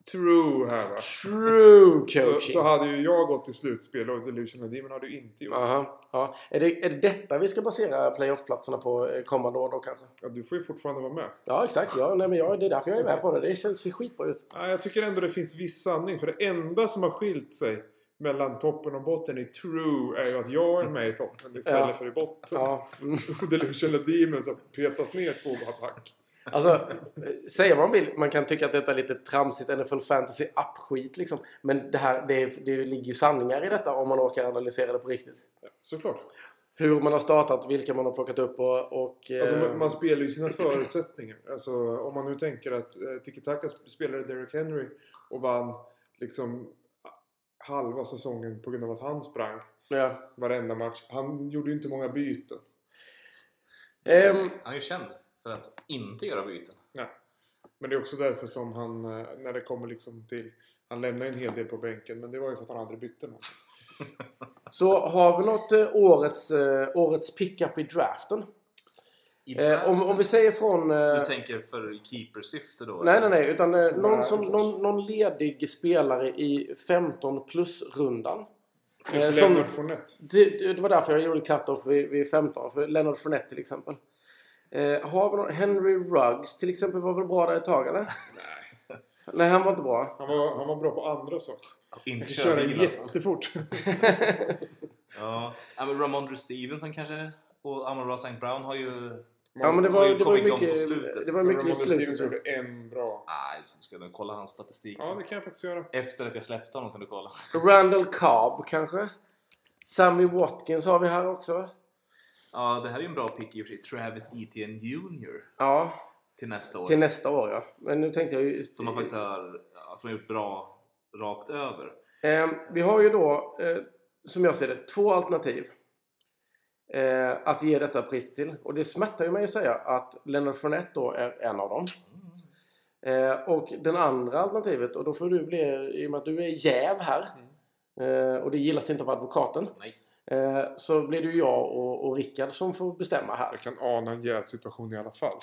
true här va. True coaching. Så hade ju jag gått till slutspel och Delusional Demon hade ju inte gjort. Ja. Är det detta vi ska basera playoff-platserna på kommande år då kanske? Ja, du får ju fortfarande vara med. Ja, exakt. Ja, nej, men det är därför jag är med på det. Det känns skitbra ut. Ja, jag tycker ändå det finns viss sanning. För det enda som har skilt sig mellan toppen och botten i True är ju att jag är med i toppen istället för i botten. Ja. Och Delusional Demon så petas ner 2 back. Alltså, säger man vill, man kan tycka att detta är lite tramsigt NFL Fantasy up-skit liksom. Men det ligger ju sanningar i detta om man orkar analysera det på riktigt. Ja, såklart. Hur man har startat, vilka man har plockat upp och alltså man spelar ju sina förutsättningar. Alltså om man nu tänker att Tiki-Taka spelade Derrick Henry och vann liksom halva säsongen på grund av att han sprang varenda match. Han gjorde ju inte många byten. Han är ju känd för att inte göra byten. Nej. Men det är också därför som han, när det kommer liksom till... Han lämnar en hel del på bänken, men det var ju för att han aldrig bytte något. Så har vi något årets pick-up i draften? Om vi säger från... Du tänker för keeper-syfte då? Nej. Utan någon ledig spelare i 15+-rundan. Leonard Fournette. Det var därför jag gjorde cut-off vid 15. För Leonard Fournette till exempel. Har vi någon Henry Ruggs till exempel var väl bra där ett tag, eller? Nej, han var inte bra. Han var bra på andra saker. Inte köra jättefort. Ja, men Ramondre Stevenson kanske och Amon-Ra St. Brown har ju... Ja, men det var mycket i slutet. Gjorde en bra. Nej, du ska kolla hans statistik. Ja, det kan jag faktiskt göra. Efter att jag släppte honom kan du kolla. Randall Cobb kanske. Sammy Watkins har vi här också. Ja, det här är ju en bra pick i och för sig. Travis Etienne Jr. Ja. Till nästa år. Till nästa år, ja. Men nu tänkte jag ju... Som man faktiskt har gjort bra rakt över. Vi har ju då, som jag ser det, 2 alternativ. Att ge detta pris till. Och det smärtar ju mig att säga att Leonard Fournette då är en av dem. Och den andra alternativet, och då får du bli, i och med att du är jäv här. Och det gillas inte av advokaten. Nej. Så blir det ju jag och Rickard som får bestämma här. Jag kan ana en jävsituation i alla fall.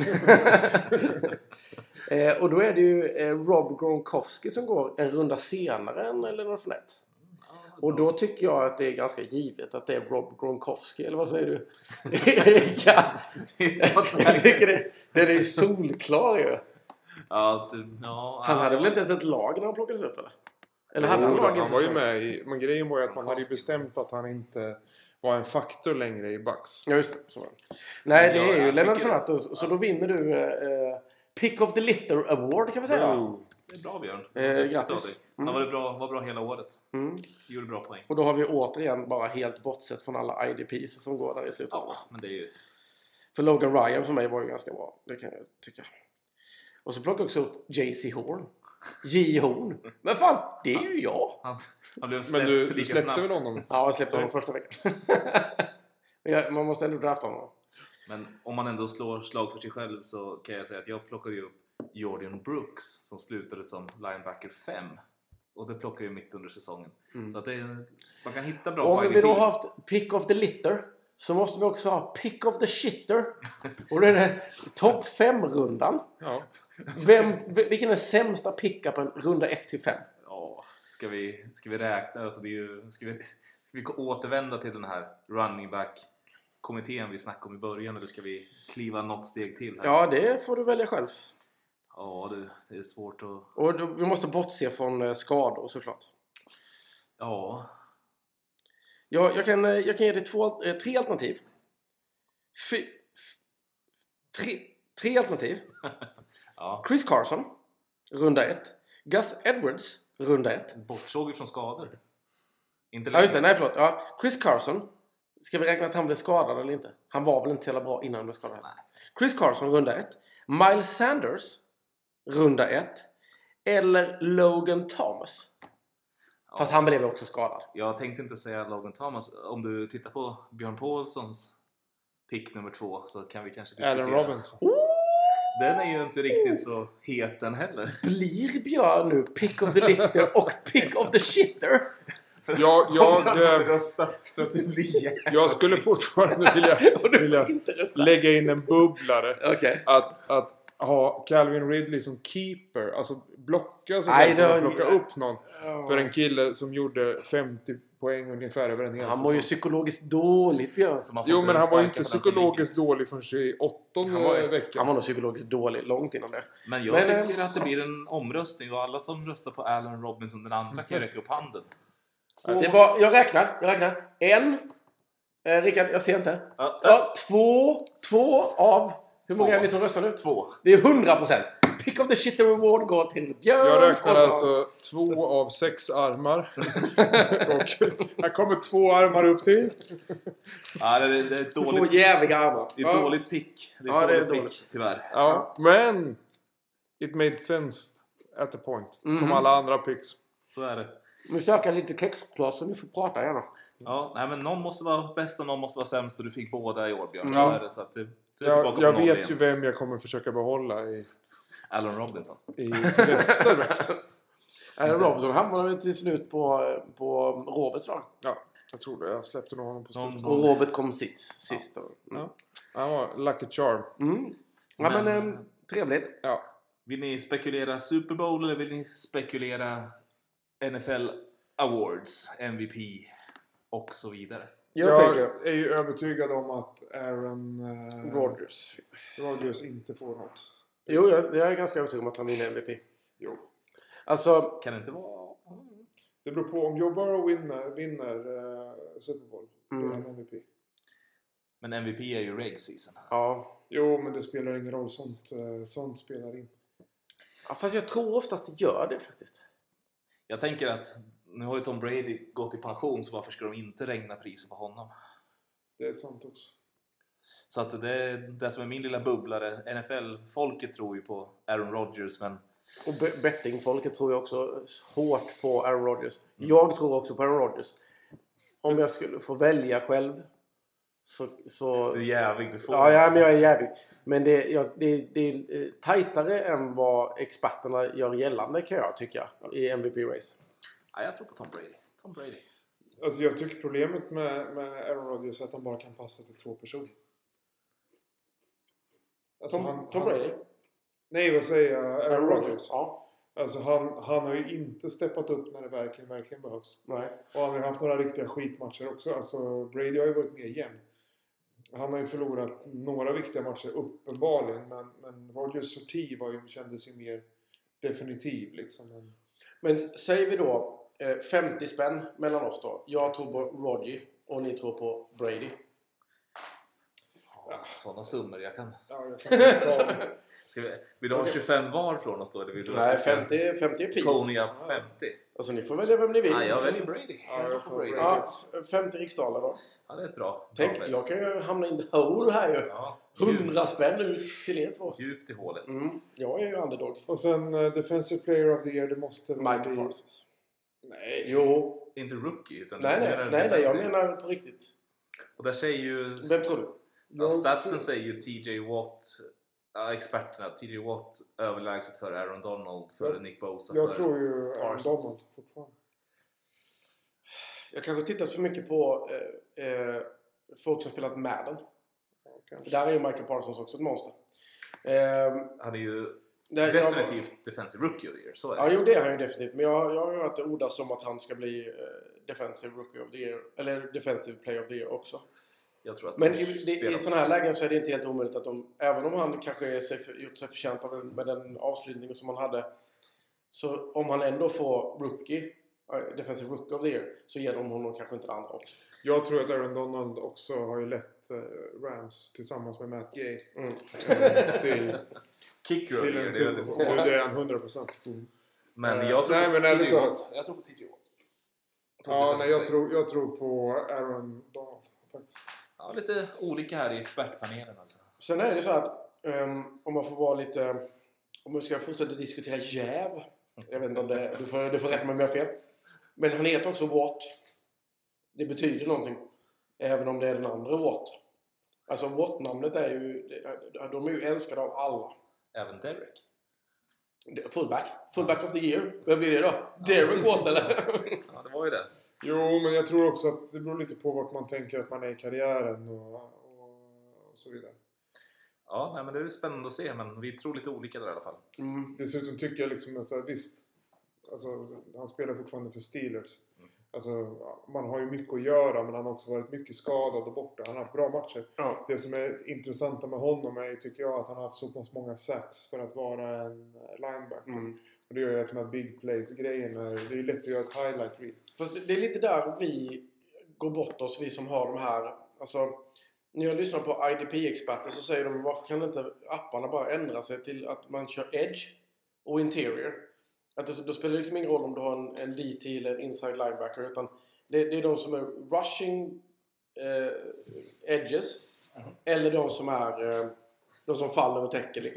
Och då är det ju Rob Gronkowski som går en runda senare än Leonard Fournette. Och då tycker jag att det är ganska givet att det är Rob Gronkowski. Eller vad säger du? Ja. Jag tycker det är solklar ju. Han hade väl inte ens ett lag när han plockades upp, eller? Eller hade han laget? Han var ju med i... Men grejen var ju att man hade bestämt att han inte var en faktor längre i Bucks. Ja, just det. Så. Nej, det är ju Leonard Fournette. Så då vinner du Pick of the Litter Award, kan vi säga. Det är bra, Björn. Grattis. Han var bra hela året. Gjorde bra poäng. Och då har vi återigen bara helt bortsett från alla IDPs som går där i slutet. Ja, men det är ju... För Logan Ryan för mig var ju ganska bra. Det kan jag tycka. Och så plockar jag också upp JC Horn. J. Horn. Men fan, det är ju jag. Han blev släppt lika snabbt. Du släppte väl honom? Ja, jag släppte honom första veckan. Man måste ändå drafta honom. Men om man ändå slår slag för sig själv så kan jag säga att jag plockade upp Jordan Brooks som slutade som linebacker 5. Och det plockade ju mitt under säsongen. Så att man kan hitta bra på IDP. Om vi då har haft pick of the litter så måste vi också ha pick of the shitter. Och det är det topp 5-rundan. Ja. Vilken är sämsta pickupen runda 1-5? Ja, ska vi räkna? Alltså det är ju, ska vi återvända till den här running back-kommittén vi snackade om i början? Eller ska vi kliva något steg till här? Ja, det får du välja själv. Ja, det är svårt att... Och vi måste bortse från skador såklart. Ja. Jag kan ge dig 3 alternativ. 3 alternativ. Ja. Chris Carson, runda 1. Gus Edwards, runda 1. Bortsåg från skador. Inte ja, just det. Nej, förlåt. Ja, Chris Carson. Ska vi räkna att han blev skadad eller inte? Han var väl inte så jävla bra innan han blev skadad. Nej. Chris Carson, runda 1. Miles Sanders, runda 1. Eller Logan Thomas. Ja. Fast han blev också skadad. Jag tänkte inte säga Logan Thomas. Om du tittar på Björn Paulssons pick nummer 2 så kan vi kanske diskutera. Allen Robinson. Den är ju inte riktigt så het den heller. Blir Björn nu pick of the litter och pick of the shitter? Jag skulle fortfarande vilja lägga in en bubblare. Okay. Att ha Calvin Ridley som keeper. Alltså blocka så för att plocka upp någon. För en kille som gjorde 50 poäng ungefär över en hel säsong. Han var ju psykologiskt dåligt, Björn. Jo, men han var ju inte psykologiskt dålig förrän i 8:e veckan. Han var nog psykologiskt dålig långt innan det. Men jag tycker att det blir en omröstning och alla som röstar på Allen Robinson den andra kan räcka upp handen. Jag räknar. En. Rickard, jag ser inte. Två av... Hur många är vi som röstar nu? 2. Det är 100%. Pick of the shit reward går till Björn. Jag räknar alltså 2 av 6 armar. Och här kommer 2 armar upp till. Ja, det är ett dåligt... Du får jävliga armar. Det är ett dåligt pick. Det är ett dåligt pick, tyvärr. Ja, men... It made sense at the point. Som alla andra picks. Så är det. Nu söker jag lite kexchoklad så ni får prata gärna. Ja, nej, men någon måste vara bäst och någon måste vara sämst. Och du fick båda i år, Björn. Ja. Så att jag vet ju vem jag kommer försöka behålla i... Allen Robinson. I nästa draft. Allen Robinson hamnade till slut på Roberts lag. Ja, jag tror det. Jag släppte nog honom på slutet. Och Robert kom sist då. Ja. Han var lucky charm. Ja, men trevligt. Ja. Vill ni spekulera Super Bowl eller vill ni spekulera NFL Awards, MVP och så vidare? Jag är ju övertygad om att Aaron Rodgers inte får något. Jo, jag är ganska övertygad om att han vinner MVP. Jo. Alltså... Kan det inte vara... Det beror på om Joe Burrow vinner Super Bowl. MVP. Men MVP är ju reg season. Ja. Jo, men det spelar ingen roll. Sånt spelar in. Ja, fast jag tror oftast det gör det faktiskt. Jag tänker att nu har ju Tom Brady gått i pension, så varför ska de inte regna priser på honom? Det är sant också. Så att det som är min lilla bubblare, NFL-folket tror ju på Aaron Rodgers, men... Och bettingfolket tror jag också hårt på Aaron Rodgers. Jag tror också på Aaron Rodgers. Om jag skulle få välja själv så du är jävig, du får. Ja, men jag är jävig. Men det är tajtare än vad experterna gör gällande, kan jag tycka, i MVP-race. Ja, jag tror på Tom Brady. Alltså jag tycker problemet med Aaron Rodgers är att han bara kan passa till 2 personer. Alltså Tom Brady? Nej, vad säger jag? Aaron Rodgers. Ja. Alltså han har ju inte steppat upp när det verkligen behövs. Nej. Och han har ju haft några riktiga skitmatcher också. Alltså Brady har ju varit mer jämn. Han har ju förlorat några viktiga matcher uppenbarligen. Men Rodgers sorti kändes ju mer definitiv liksom. Men säger vi då 50 spänn mellan oss då. Jag tror på Rodgers och ni tror på Brady. Ja, sådana summor jag kan... Ja, jag kan ta... Vill du ha 25 var från oss då? Eller vill du Nej, 50 är pris. Pony up 50. Alltså ni får välja vem ni vill. Nej, jag väljer Brady. Ja, 50 riksdaler då. Ja, det är ett bra. Tänk, jag kan ju hamna in the hole här ju. Ja, 100 spänn ut till er två. Djupt i hålet. Jag är ju underdog. Och sen Defensive Player of the Year, det måste Michael Parsons. Nej. Jo. Inte rookie, utan... Nej, jag menar på riktigt. Och där säger ju... Vem tror du? Ja, statsen säger ju TJ Watt, experterna, TJ Watt överlägset för Aaron Donald, för Nick Bosa, jag tror ju Aaron Donald fortfarande. Jag kanske tittat för mycket på folk som spelat Madden. Där är ju Michael Parsons också ett monster. Han är ju definitivt defensive rookie of the year, så är det. Ja, jo, det är han ju definitivt. Men jag har hört det ordas som att han ska bli defensive rookie of the year, eller defensive player of the year också. Jag tror att men i sådana här lägen så är det inte helt omöjligt att även om han kanske gjort sig förtjänt av med den avslutningen som han hade, så om han ändå får defensive rookie of the year, så ger de honom kanske inte det andra också. Jag tror att Aaron Donald också har ju lett Rams tillsammans med Matt Gay till en Super Bowl. Det är han 100%. Men jag tror jag tror på TJ Watt. Ja, nej, jag tror på Aaron Donald faktiskt. Ja, lite olika här i expertpanelen alltså. Sen är det så att om man får vara lite... Om man ska fortsätta diskutera jäv. Jag vet inte om det... Du får rätta mig om jag har fel. Men han heter också Watt. Det betyder någonting. Även om det är den andra Watt. Alltså Watt-namnet är ju... De är ju älskade av alla. Även Derek. Fullback of the year. Vem blir det då? Derek Watt eller? Ja, det var ju det. Jo, men jag tror också att det beror lite på vart man tänker att man är i karriären och så vidare. Ja, nej, men det är spännande att se, men vi tror lite olika där i alla fall. Dessutom tycker jag liksom att visst, alltså, han spelar fortfarande för Steelers. Alltså, man har ju mycket att göra, men han har också varit mycket skadad och borta. Han har haft bra matcher. Ja. Det som är intressanta med honom är, tycker jag, att han har haft så många sacks för att vara en linebacker. Och det gör ju att de här big plays-grejerna, det är lätt att göra ett highlight reel. Fast det är lite där vi går bort oss, vi som har de här, alltså, när jag lyssnar på IDP-experter så säger de, varför kan inte apparna bara ändra sig till att man kör edge och interior? Att då spelar det liksom ingen roll om du har en DT eller en inside linebacker, utan det är de som är rushing edges eller de som är de som faller och täcker liksom.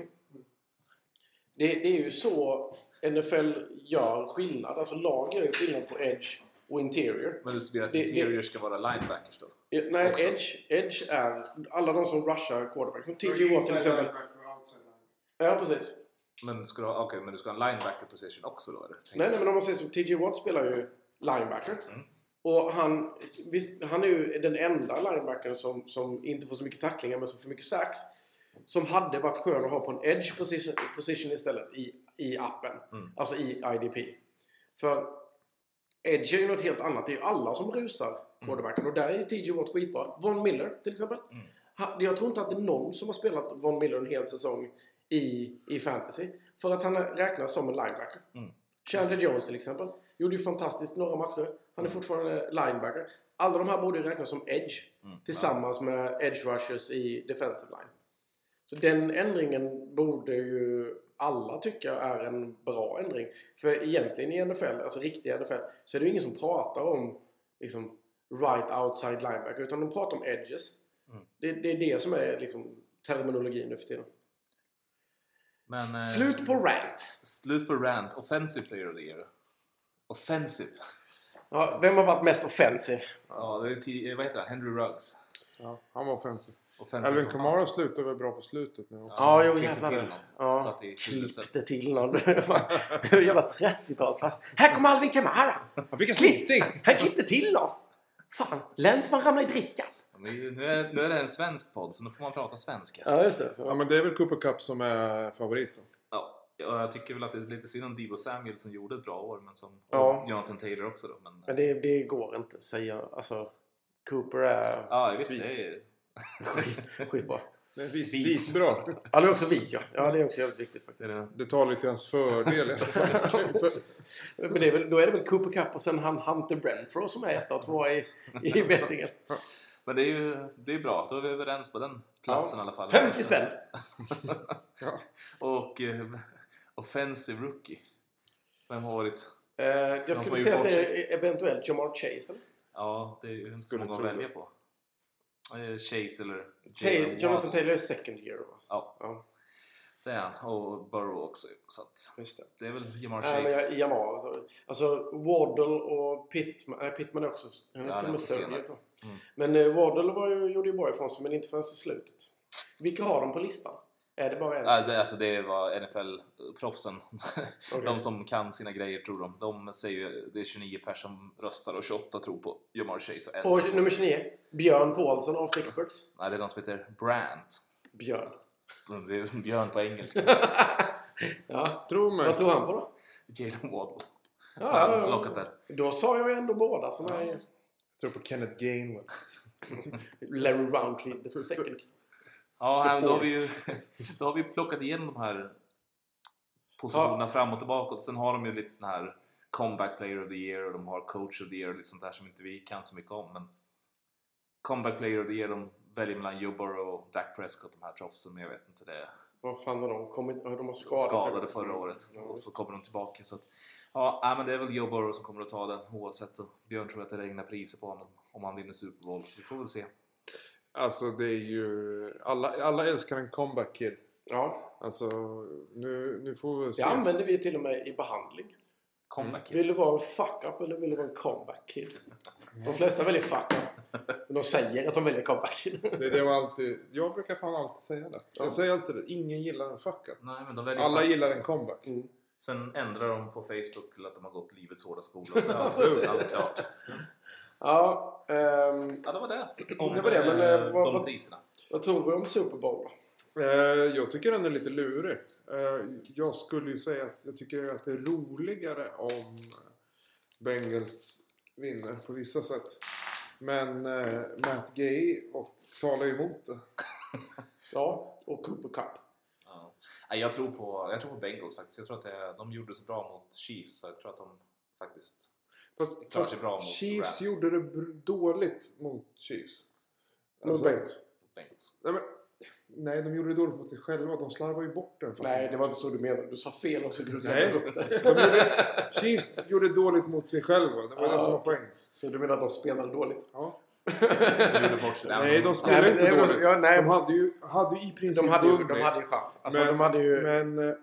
Det är ju så NFL gör skillnad, alltså lag gör skillnad på edge och interior. Men du spelar att interior ska vara linebackers då? Nej, edge är alla de som rushar quarterback, som TJ Watt till exempel. Ja, precis. Men du ska ha en linebacker position också då, eller? Nej, men om man säger som TJ Watt spelar ju linebacker. Och han är ju den enda linebackern som inte får så mycket tacklingar men som får mycket sacks. Som hade varit skön att ha på en edge position istället i appen. Alltså i IDP. För edge är ju något helt annat. Det är ju alla som rusar quarterbacken. Och där är TJ Watt skitbra. Von Miller till exempel. Jag tror inte att det är någon som har spelat Von Miller en hel säsong i fantasy. För att han räknas som en linebacker. Chandler Jones till exempel gjorde ju fantastiskt några matcher. Han är fortfarande linebacker. Alla de här borde ju räknas som edge. Tillsammans med edge rushers i defensive line. Så den ändringen borde ju alla tycka är en bra ändring. För egentligen i NFL, alltså riktiga NFL, så är det ju ingen som pratar om liksom right outside linebacker. Utan de pratar om edges. Det är det som är liksom terminologin nu för tiden. Men, Slut på rant. Offensive player of the year. Offensive. Ja, vem har varit mest offensiv? Ja, det är vad heter han? Henry Ruggs. Ja, han var offensiv. Alvin Kamara slutade väl bra på slutet nu också. Ja, jo jävlar. Ja, klippte till någon. Jävla 30-tals fast. Här kommer Alvin Kamara. Han fick en slitting. Han klippte till någon. Fan, Länsman ramlade i drickan. Nu är det en svensk podd, så nu får man prata svenska. Ja, just det. Ja, men det är väl Cooper Kupp som är favoriten. Ja, jag tycker väl att det är lite synd om Deebo Samuel som gjorde ett bra år, men som Jonathan Taylor också då. Men det går inte att säga. Alltså, Cooper är... Ja, visst, det är... Skitbra. Det är vitbra. Ja, det är också vit, ja. Ja, det är också jävligt viktigt faktiskt. Det tar lite hans fördel. Men då är det väl Cooper Kupp och sen Hunter Renfrow som är 1 och 2 i bettingen. Men det är bra, då är vi överens på den platsen i alla fall. 50 spänn! Och offensive rookie. Vem har varit? Jag skulle säga att det är eventuellt Jamar Chase. Eller? Ja, det är ju inte så många att välja på. Chase eller Jonathan Taylor är second year, va? Ja. Det är han. Och Burrow också. Så att just det är väl Jamar Chase. Jamar. Alltså Waddle och Pittman är också. Han är till och med större, tror jag. Men Waddle gjorde ju bra ifrån sig, men inte förrän i slutet. Vilka har de på listan? Är det bara en? Det var NFL-proffsen. Okay. De som kan sina grejer, tror de. De säger ju det är 29 personer som röstar och 28 tror på Jamar Chase. Och nummer 29, Björn Paulsson av Experts. Nej, det är de som heter Brandt. Björn. Det är Björn på engelska. Ja. Tror mig. Vad tror han på då? Jalen Waddle. Ja. Då sa jag ju ändå båda som är... Jag tror på Kenneth Gainwell. Larry Roundtree, the second. Ja, då har vi plockat igenom de här positionerna fram och tillbaka. Och sen har de ju lite sån här comeback player of the year och de har coach of the year och lite sånt där som inte vi kan så mycket om. Men comeback player of the year, de väljer mellan Joe Burrow och Dak Prescott, de här proffsen, men jag vet inte det. Vad fan har de kommit? De har skadade förra året och så kommer de tillbaka. Så att, men det är väl Joe Burrow som kommer att ta den oavsett. Och Björn tror att det regnar priser på honom om han vinner Super Bowl, så vi får väl se. Alltså det är ju... Alla älskar en comeback kid. Ja. Alltså, nu får vi se. Det använder vi till och med i behandling. Comeback kid. Vill du vara en fuck-up eller vill du vara en comeback kid? De flesta väljer fuck-up. Men de säger att de väljer comeback kid. Det var alltid... Jag brukar fan alltid säga det. Jag säger alltid det. Ingen gillar en fuck-up. Nej, men de väljer alla gillar en comeback. Sen ändrar de på Facebook till att de har gått livets hårda skola. Så allt klart. Ja, det var det. Om det var det, men de priserna. Vad tror vi om Super Bowl då? Jag tycker den är lite lurig. Jag skulle ju säga att jag tycker att det är roligare om Bengals vinner på vissa sätt. Men Matt Gay talar emot det. Ja, och Cooper Cup. Ja. Jag tror på Bengals faktiskt. Jag tror att de gjorde så bra mot Chiefs, så jag tror att de faktiskt klarar sig bra mot Chiefs Rams. gjorde det dåligt mot Chiefs. Mot Bengals. Nej, de gjorde det dåligt mot sig själva. De slarvade ju bort den. Nej, det var inte så du menade. Du sa fel och så du upp det. Chiefs gjorde dåligt mot sig själva. Det var det som var poängen. Så du menar att de spelade dåligt? Ja. Nej, de spelade inte dåligt. Ja, nej. De hade ju i princip de hade ju chans. Alltså, men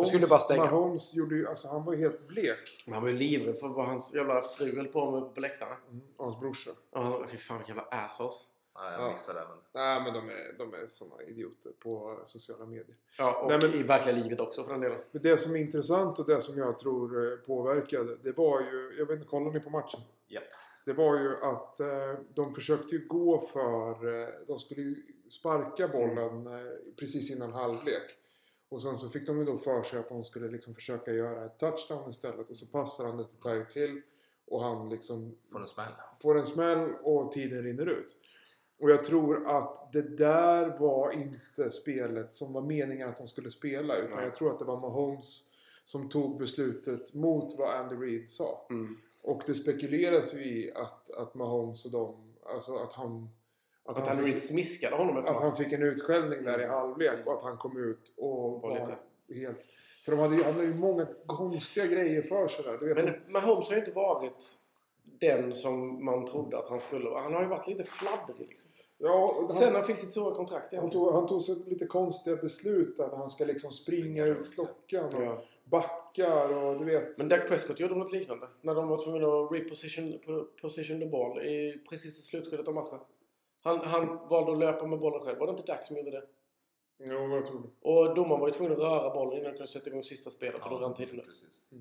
Mahomes gjorde ju... Alltså, han var ju helt blek. Men han var ju livrädd för vad hans jävla fru höll på med på läktaren. Och hans brorsa. Ja, fy fan vilka jävla assholes. Ja, jag missade det. Nej, men de är såna idioter på sociala medier. Ja, och i verkliga livet också för den delen. Det som är intressant och det som jag tror påverkade, det var ju... Jag vet inte, kollar ni på matchen? Japp. Det var ju att de försökte ju gå för... de skulle ju sparka bollen precis innan halvlek. Och sen så fick de ju då för sig att de skulle liksom försöka göra ett touchdown istället. Och så passar han det till Tyreek Hill. Och han liksom... Får en smäll och tiden rinner ut. Och jag tror att det där var inte spelet som var meningen att de skulle spela. Utan jag tror att det var Mahomes som tog beslutet mot vad Andy Reid sa. Mm. Och det spekuleras ju i att Mahomes och dem... Alltså att han... Att Andy Reid smiskade honom. Att han fick en utskällning där i halvlek. Och att han kom ut och var helt... För han hade ju många konstiga grejer för sig där. Du vet. Men Mahomes har ju inte varit den som man trodde att han skulle vara. Han har ju varit lite fladdrig liksom. Ja, sen han fick sitt stora kontrakt. Han tog så lite konstiga beslut där han ska liksom springa ut klockan och backar och du vet. Men Dak Prescott gjorde något liknande. När de var tvungna att reposition the ball precis i slutskedet av matchen. Han valde att löpa med bollen själv. Var det inte Dak som gjorde det? Jo, jag tror det. Och domaren var ju tvungen att röra bollen innan de kunde sätta igång sista spelet. På den tiden. Precis.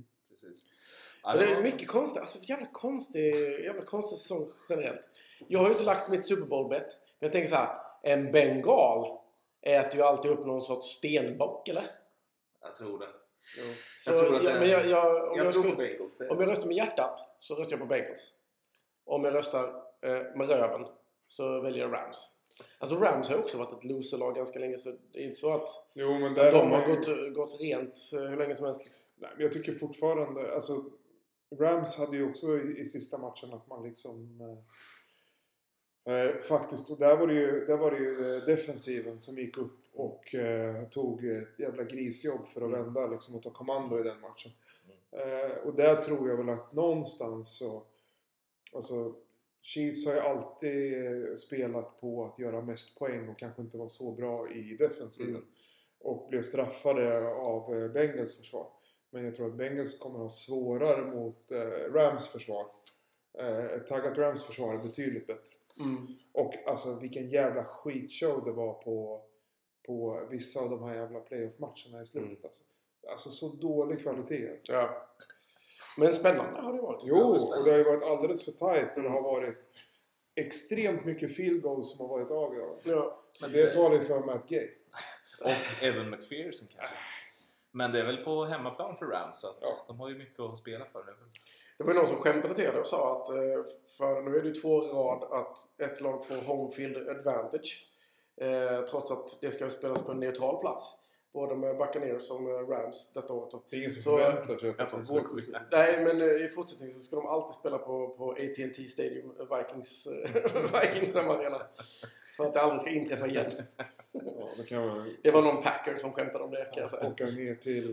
Men det är mycket konstigt. Alltså jävla konstig säsong generellt. Jag har ju inte lagt mitt Super Bowl-bet. Men jag tänker så här. En bengal äter ju alltid upp någon sorts stenbock, eller? Jag tror det. Så, jag tror på Bengals. Om jag röstar med hjärtat så röstar jag på Bengals. Om jag röstar med röven så väljer jag Rams. Alltså Rams har också varit ett loserlag ganska länge, så det är inte så att, att de har gått rent hur länge som helst liksom. Nej, men jag tycker fortfarande, alltså Rams hade ju också i sista matchen att man liksom faktiskt, och där var det ju defensiven som gick upp och tog ett jävla grisjobb för att vända liksom, och ta kommando i den matchen. Och där tror jag väl att någonstans så, alltså Chiefs har ju alltid spelat på att göra mest poäng och kanske inte var så bra i defensiven. Och blev straffade av Bengals försvar. Men jag tror att Bengals kommer att ha svårare mot Rams försvar. Ett taggat Rams försvar är betydligt bättre. Och alltså vilken jävla skitshow det var på vissa av de här jävla playoff-matcherna i slutet. Alltså så dålig kvalitet. Alltså. Ja. Men spännande har det varit. Jo, och det har ju varit alldeles för tajt. Och det har varit extremt mycket field goals som har varit avgörande. Ja. Men det talar ju för Matt Gay. Och Evan McPherson kanske. Men det är väl på hemmaplan för Rams, så att de har ju mycket att spela för. Det var ju någon som skämtade till det och sa att för nu är det ju 2 rad att ett lag får home field advantage. Trots att det ska spelas på en neutral plats. Både med Buccaneers och med Rams detta året. Det är ingen som förväntar sig att nej, men i fortsättningen så ska de alltid spela på AT&T Stadium, Vikings arena. För att det aldrig ska inträffa igen. Ja, det var någon Packer som skämtade om det, kan jag säga. Åka ner till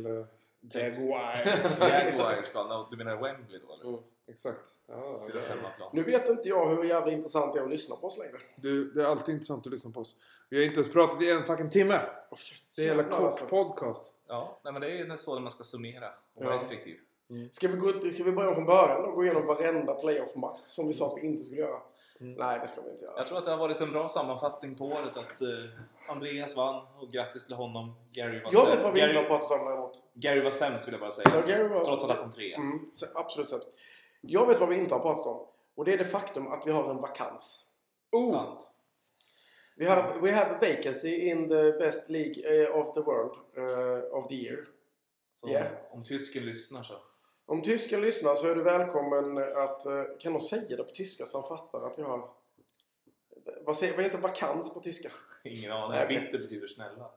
Jaguars. Du menar Wembley då, eller? Exakt. Ja, nu vet inte jag hur jävla intressant det är att lyssna på oss längre. Det är alltid intressant att lyssna på oss. Vi har inte ens pratat i en fucking timme. Det är en jävla kort podcast. Ja, nej, men det är så man ska summera och vara effektiv. Ska vi börja från början och gå igenom varenda playoff-match som vi sa att vi inte skulle göra? Nej, det ska vi inte göra. Jag tror att det har varit en bra sammanfattning på året att Andreas vann och grattis till honom. Gary var jag vet vad vi inte har pratat om däremot. Gary var sämst, vill jag bara säga. Ja, Gary var trots att han kom 3. Absolut sämst. Jag vet vad vi inte har pratat om. Och det är det faktum att vi har en vakans. Sant. We have a vacancy in the best league of the world of the year. Så om tysken lyssnar så. Om tysken lyssnar så är du välkommen att... kan de säga det på tyska så han fattar att jag har... Vad heter vakans på tyska? Ingen aning. Okay. Bitte betyder snälla.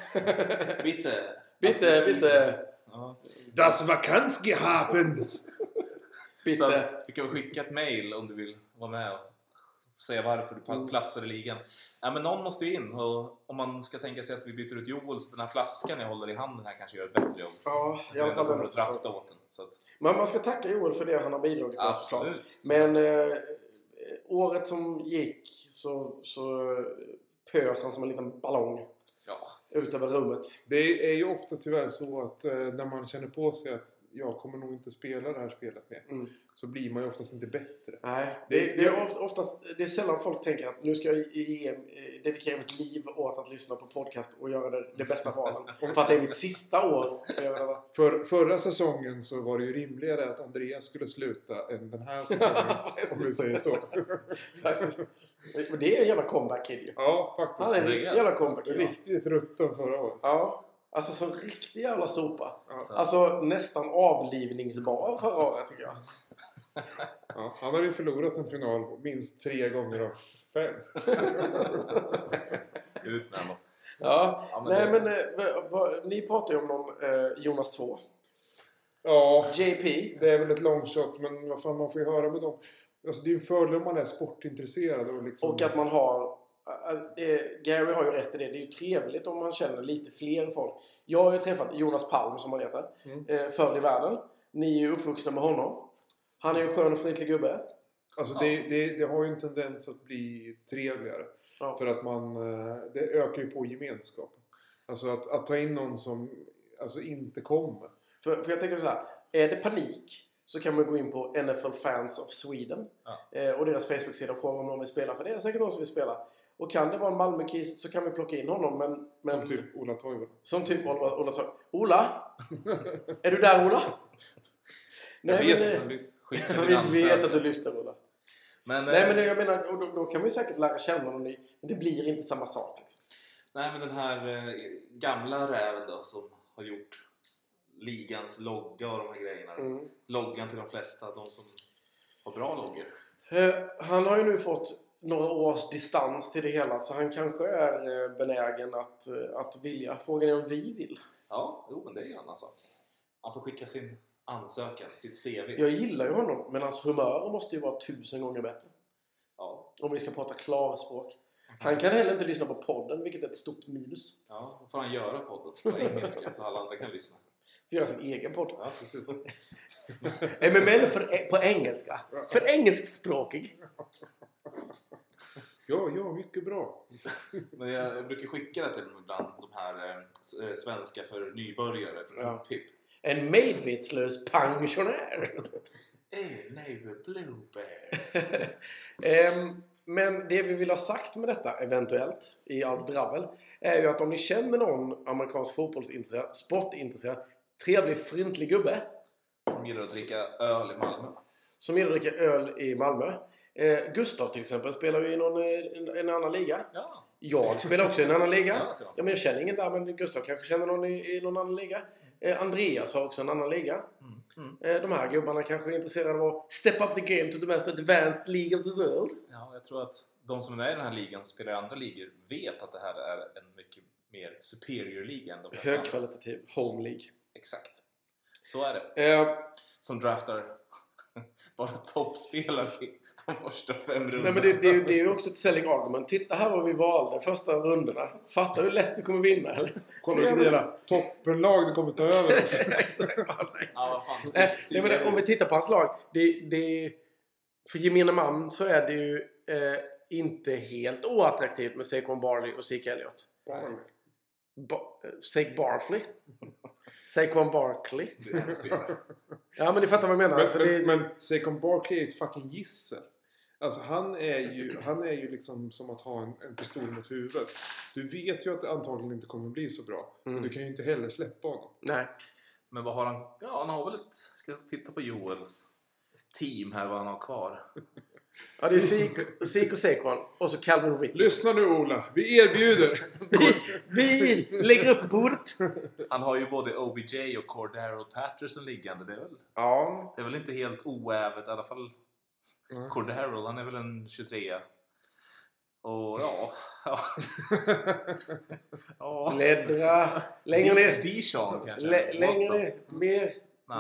Bitte. Ja. Das Vakanz gehabt. Bitte. Du kan skicka ett mail om du vill vara med och säga varför du platsar i ligan. Ja, men någon måste ju in. Och om man ska tänka sig att vi byter ut Joel, så den här flaskan jag håller i handen här kanske gör ett bättre jobb. Ja, i alla fall kommer att drafta åt den. Så att... Men man ska tacka Joel för det han har bidragit med. Absolut. Men året som gick så pös han som en liten ballong ut över rummet. Det är ju ofta tyvärr så att när man känner på sig att jag kommer nog inte spela det här spelet med, så blir man ju oftast inte bättre. Nej, det är sällan folk tänker att nu ska jag dedikera mitt liv åt att lyssna på podcast och göra det bästa valen. För att det är mitt sista år. Förra säsongen så var det ju rimligare att Andreas skulle sluta än den här säsongen, om vi säger så. Det är en jävla comeback kid ju. Ja, faktiskt. Han är en riktig jävla comeback kid. Riktigt rutten förra året. Ja. Alltså så riktig jävla sopa. Ja. Alltså nästan avlivningsbar förra året tycker jag. Ja, han har ju förlorat en final minst 3 gånger av 5. Utnämnd. Ja, nej men ni pratar ju om någon Jonas 2. Ja, JP. Det är väl ett long shot, men vad fan, man får ju höra med dem. Alltså det är ju en fördel om man är sportintresserad. Och, liksom... och att man har... Gary har ju rätt i det. Det är ju trevligt om man känner lite fler folk. Jag har ju träffat Jonas Palm som han heter förr i världen. Ni är ju uppvuxna med honom. Han är ju en skön och fryntlig gubbe. Alltså det har ju en tendens att bli trevligare. Ja. För att det ökar ju på gemenskapen. Alltså att ta in någon som alltså inte kommer. För jag tänker så här. Är det panik så kan man gå in på NFL Fans of Sweden och deras Facebook-sida och fråga om någon vill spela. För det är säkert någon som vill spela. Och kan det vara en Malmö-kis så kan vi plocka in honom. Men som typ Ola Toivonen. Som typ Ola Toivonen. Ola? Är du där, Ola? Nej, vi vet att du lyssnar, Ola. Men jag menar, då kan vi säkert lära känna någon ny. Men det blir inte samma sak. Liksom. Nej, men den här gamla räven då som har gjort ligans logga och de här grejerna. Loggan till de flesta, de som har bra loggor. Han har ju nu fått några års distans till det hela, så han kanske är benägen att vilja. Frågan är om vi vill. Ja, men det är ju en annan sak. Han får skicka sin ansökan, sitt CV. Jag gillar ju honom, men hans humör måste ju vara 1000 gånger bättre. Ja. Om vi ska prata klarspråk. Han kan heller inte lyssna på podden, vilket är ett stort minus. Ja, då får han göra podden på engelska så alla andra kan lyssna. För göra sin egen podd. Ja, precis. MML på engelska. För engelskspråkig. Ja, mycket bra. Men jag brukar skicka det till dem ibland, de här svenska för nybörjare från PIP. En medvetslös pensionär. Navy Bluebear. Men det vi vill ha sagt med detta, eventuellt, i allt dravel, är ju att om ni känner någon amerikansk fotbollsintresserad, sportintresserad, trevlig, fryntlig gubbe. Som gillar att dricka öl i Malmö. Gustav till exempel spelar ju i en annan liga. Ja. Jag spelar också i en annan liga. Ja, men jag känner ingen där, men Gustav kanske känner någon i någon annan liga. Andreas har också en annan liga. De här gubbarna kanske är intresserade av att step up the game to the most advanced league of the world. Ja, jag tror att de som är i den här ligan som spelar i andra ligor vet att det här är en mycket mer superior liga än de flesta. Högkvalitativ home league. Exakt. Så är det. Som draftar bara toppspelare i de första 5 rundorna. Nej, men det är ju också ett selling argument. Titta här vad vi valde första rundorna. Fattar hur lätt du kommer vinna, eller? Kolla vilket hela toppenlag du kommer ta över. Men om vi tittar på hans lag. För gemene man så är det ju inte helt oattraktivt med Saquon Barkley och Zeke Elliott. Saquon Barkley. Ja, men ni fattar vad jag menar. Men Saquon Barkley är ett fucking gissel. Alltså han är ju liksom som att ha en pistol mot huvudet. Du vet ju att det antagligen inte kommer bli så bra. Men du kan ju inte heller släppa honom. Nej. Men vad har han? Ja, han har väl ska jag titta på Joels team här, vad han har kvar. Ja, det är Zico Saquon och så Calvin Ridley. Lyssna nu Ola, vi erbjuder. vi lägger upp bordet. Han har ju både OBJ och Cordero Patterson liggande. Det är väl inte helt oävet i alla fall. Cordero, han är väl en 23. Och Läddra. Längre ner. Dijon kanske. Längre ner. Mer.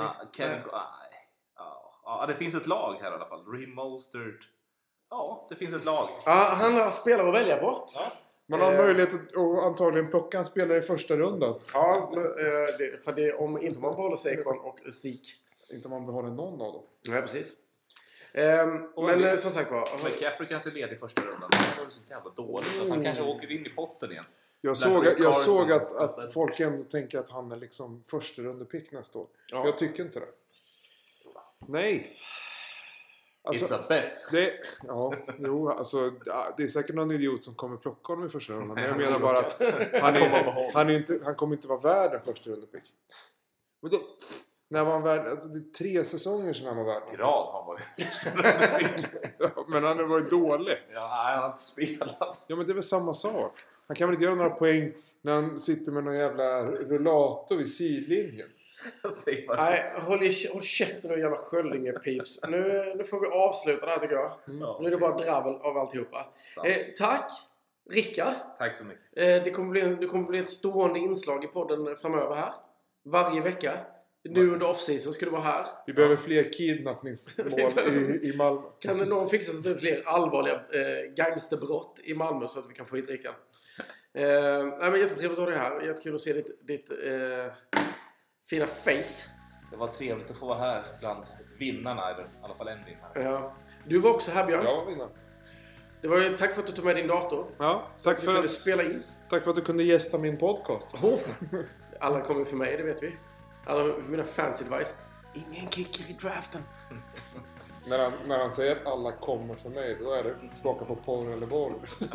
Ja, det finns ett lag här i alla fall. Raheem Mostert. Ja, det finns ett lag. Ja, han har spelare att välja på. Ja. Man har möjlighet att antagligen plocka en spelare i första rundan. Ja, för det om inte man behåller Saquon och Zeke. Inte man behåller någon av dem. Nej, precis. Men som sagt var... McCaffrey kanske leder i första rundan. Det var så jävla dåligt så att han kanske åker in i potten igen. Jag såg att folk ändå tänker att han är liksom första rundepick nästa år. Ja. Jag tycker inte det. Nej. Alltså, it's a bet. Det är säkert någon idiot som kommer plocka honom i första rundan. Men jag menar bara att han kommer inte vara värd en första rundepick. Men då, när var han värd? Alltså, det är 3 säsonger sedan han var värd. Grad har varit. Men han har varit dålig. Ja, han har inte spelat. Ja, men det är väl samma sak. Han kan väl inte göra några poäng när han sitter med någon jävla rullator vid sidlinjen. Nej, håll käften nu jävla Sköldinge-pips. Nu får vi avsluta det här tycker jag. Nu är det bara dravel av alltihopa. Tack Rickard. Tack så mycket. Det kommer bli ett stående inslag i podden framöver här. Varje vecka. Nu under off-season ska du vara här. Vi behöver fler kidnappningsmål i Malmö. Kan någon fixa så att det är fler allvarliga gangsterbrott i Malmö så att vi kan få hit Rickard? Nej, men jättetrevligt att ha dig här. Jättekul att se ditt fina face. Det var trevligt att få vara här bland vinnarna, eller i alla fall en vinnare. Ja. Du var också här, Björn. Jag var vinnare. Det var ju, tack för att du tog med din dator. Ja, tack för att spela in. Tack för att du kunde gästa min podcast. Alla kommer för mig, det vet vi. Alla för mina fancy advice. Ingen kicker i draften. När han säger att alla kommer för mig, då är det tillbaka på porr eller boll.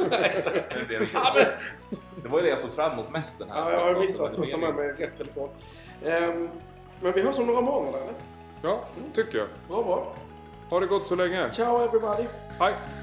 Det var ju det jag såg fram emot mest den här. Ja, jag har missat att ta med mig rätt telefon. Men vi hörs om några månader, eller? Ja, tycker jag. Bra. Ha det gott så länge. Ciao everybody. Hej.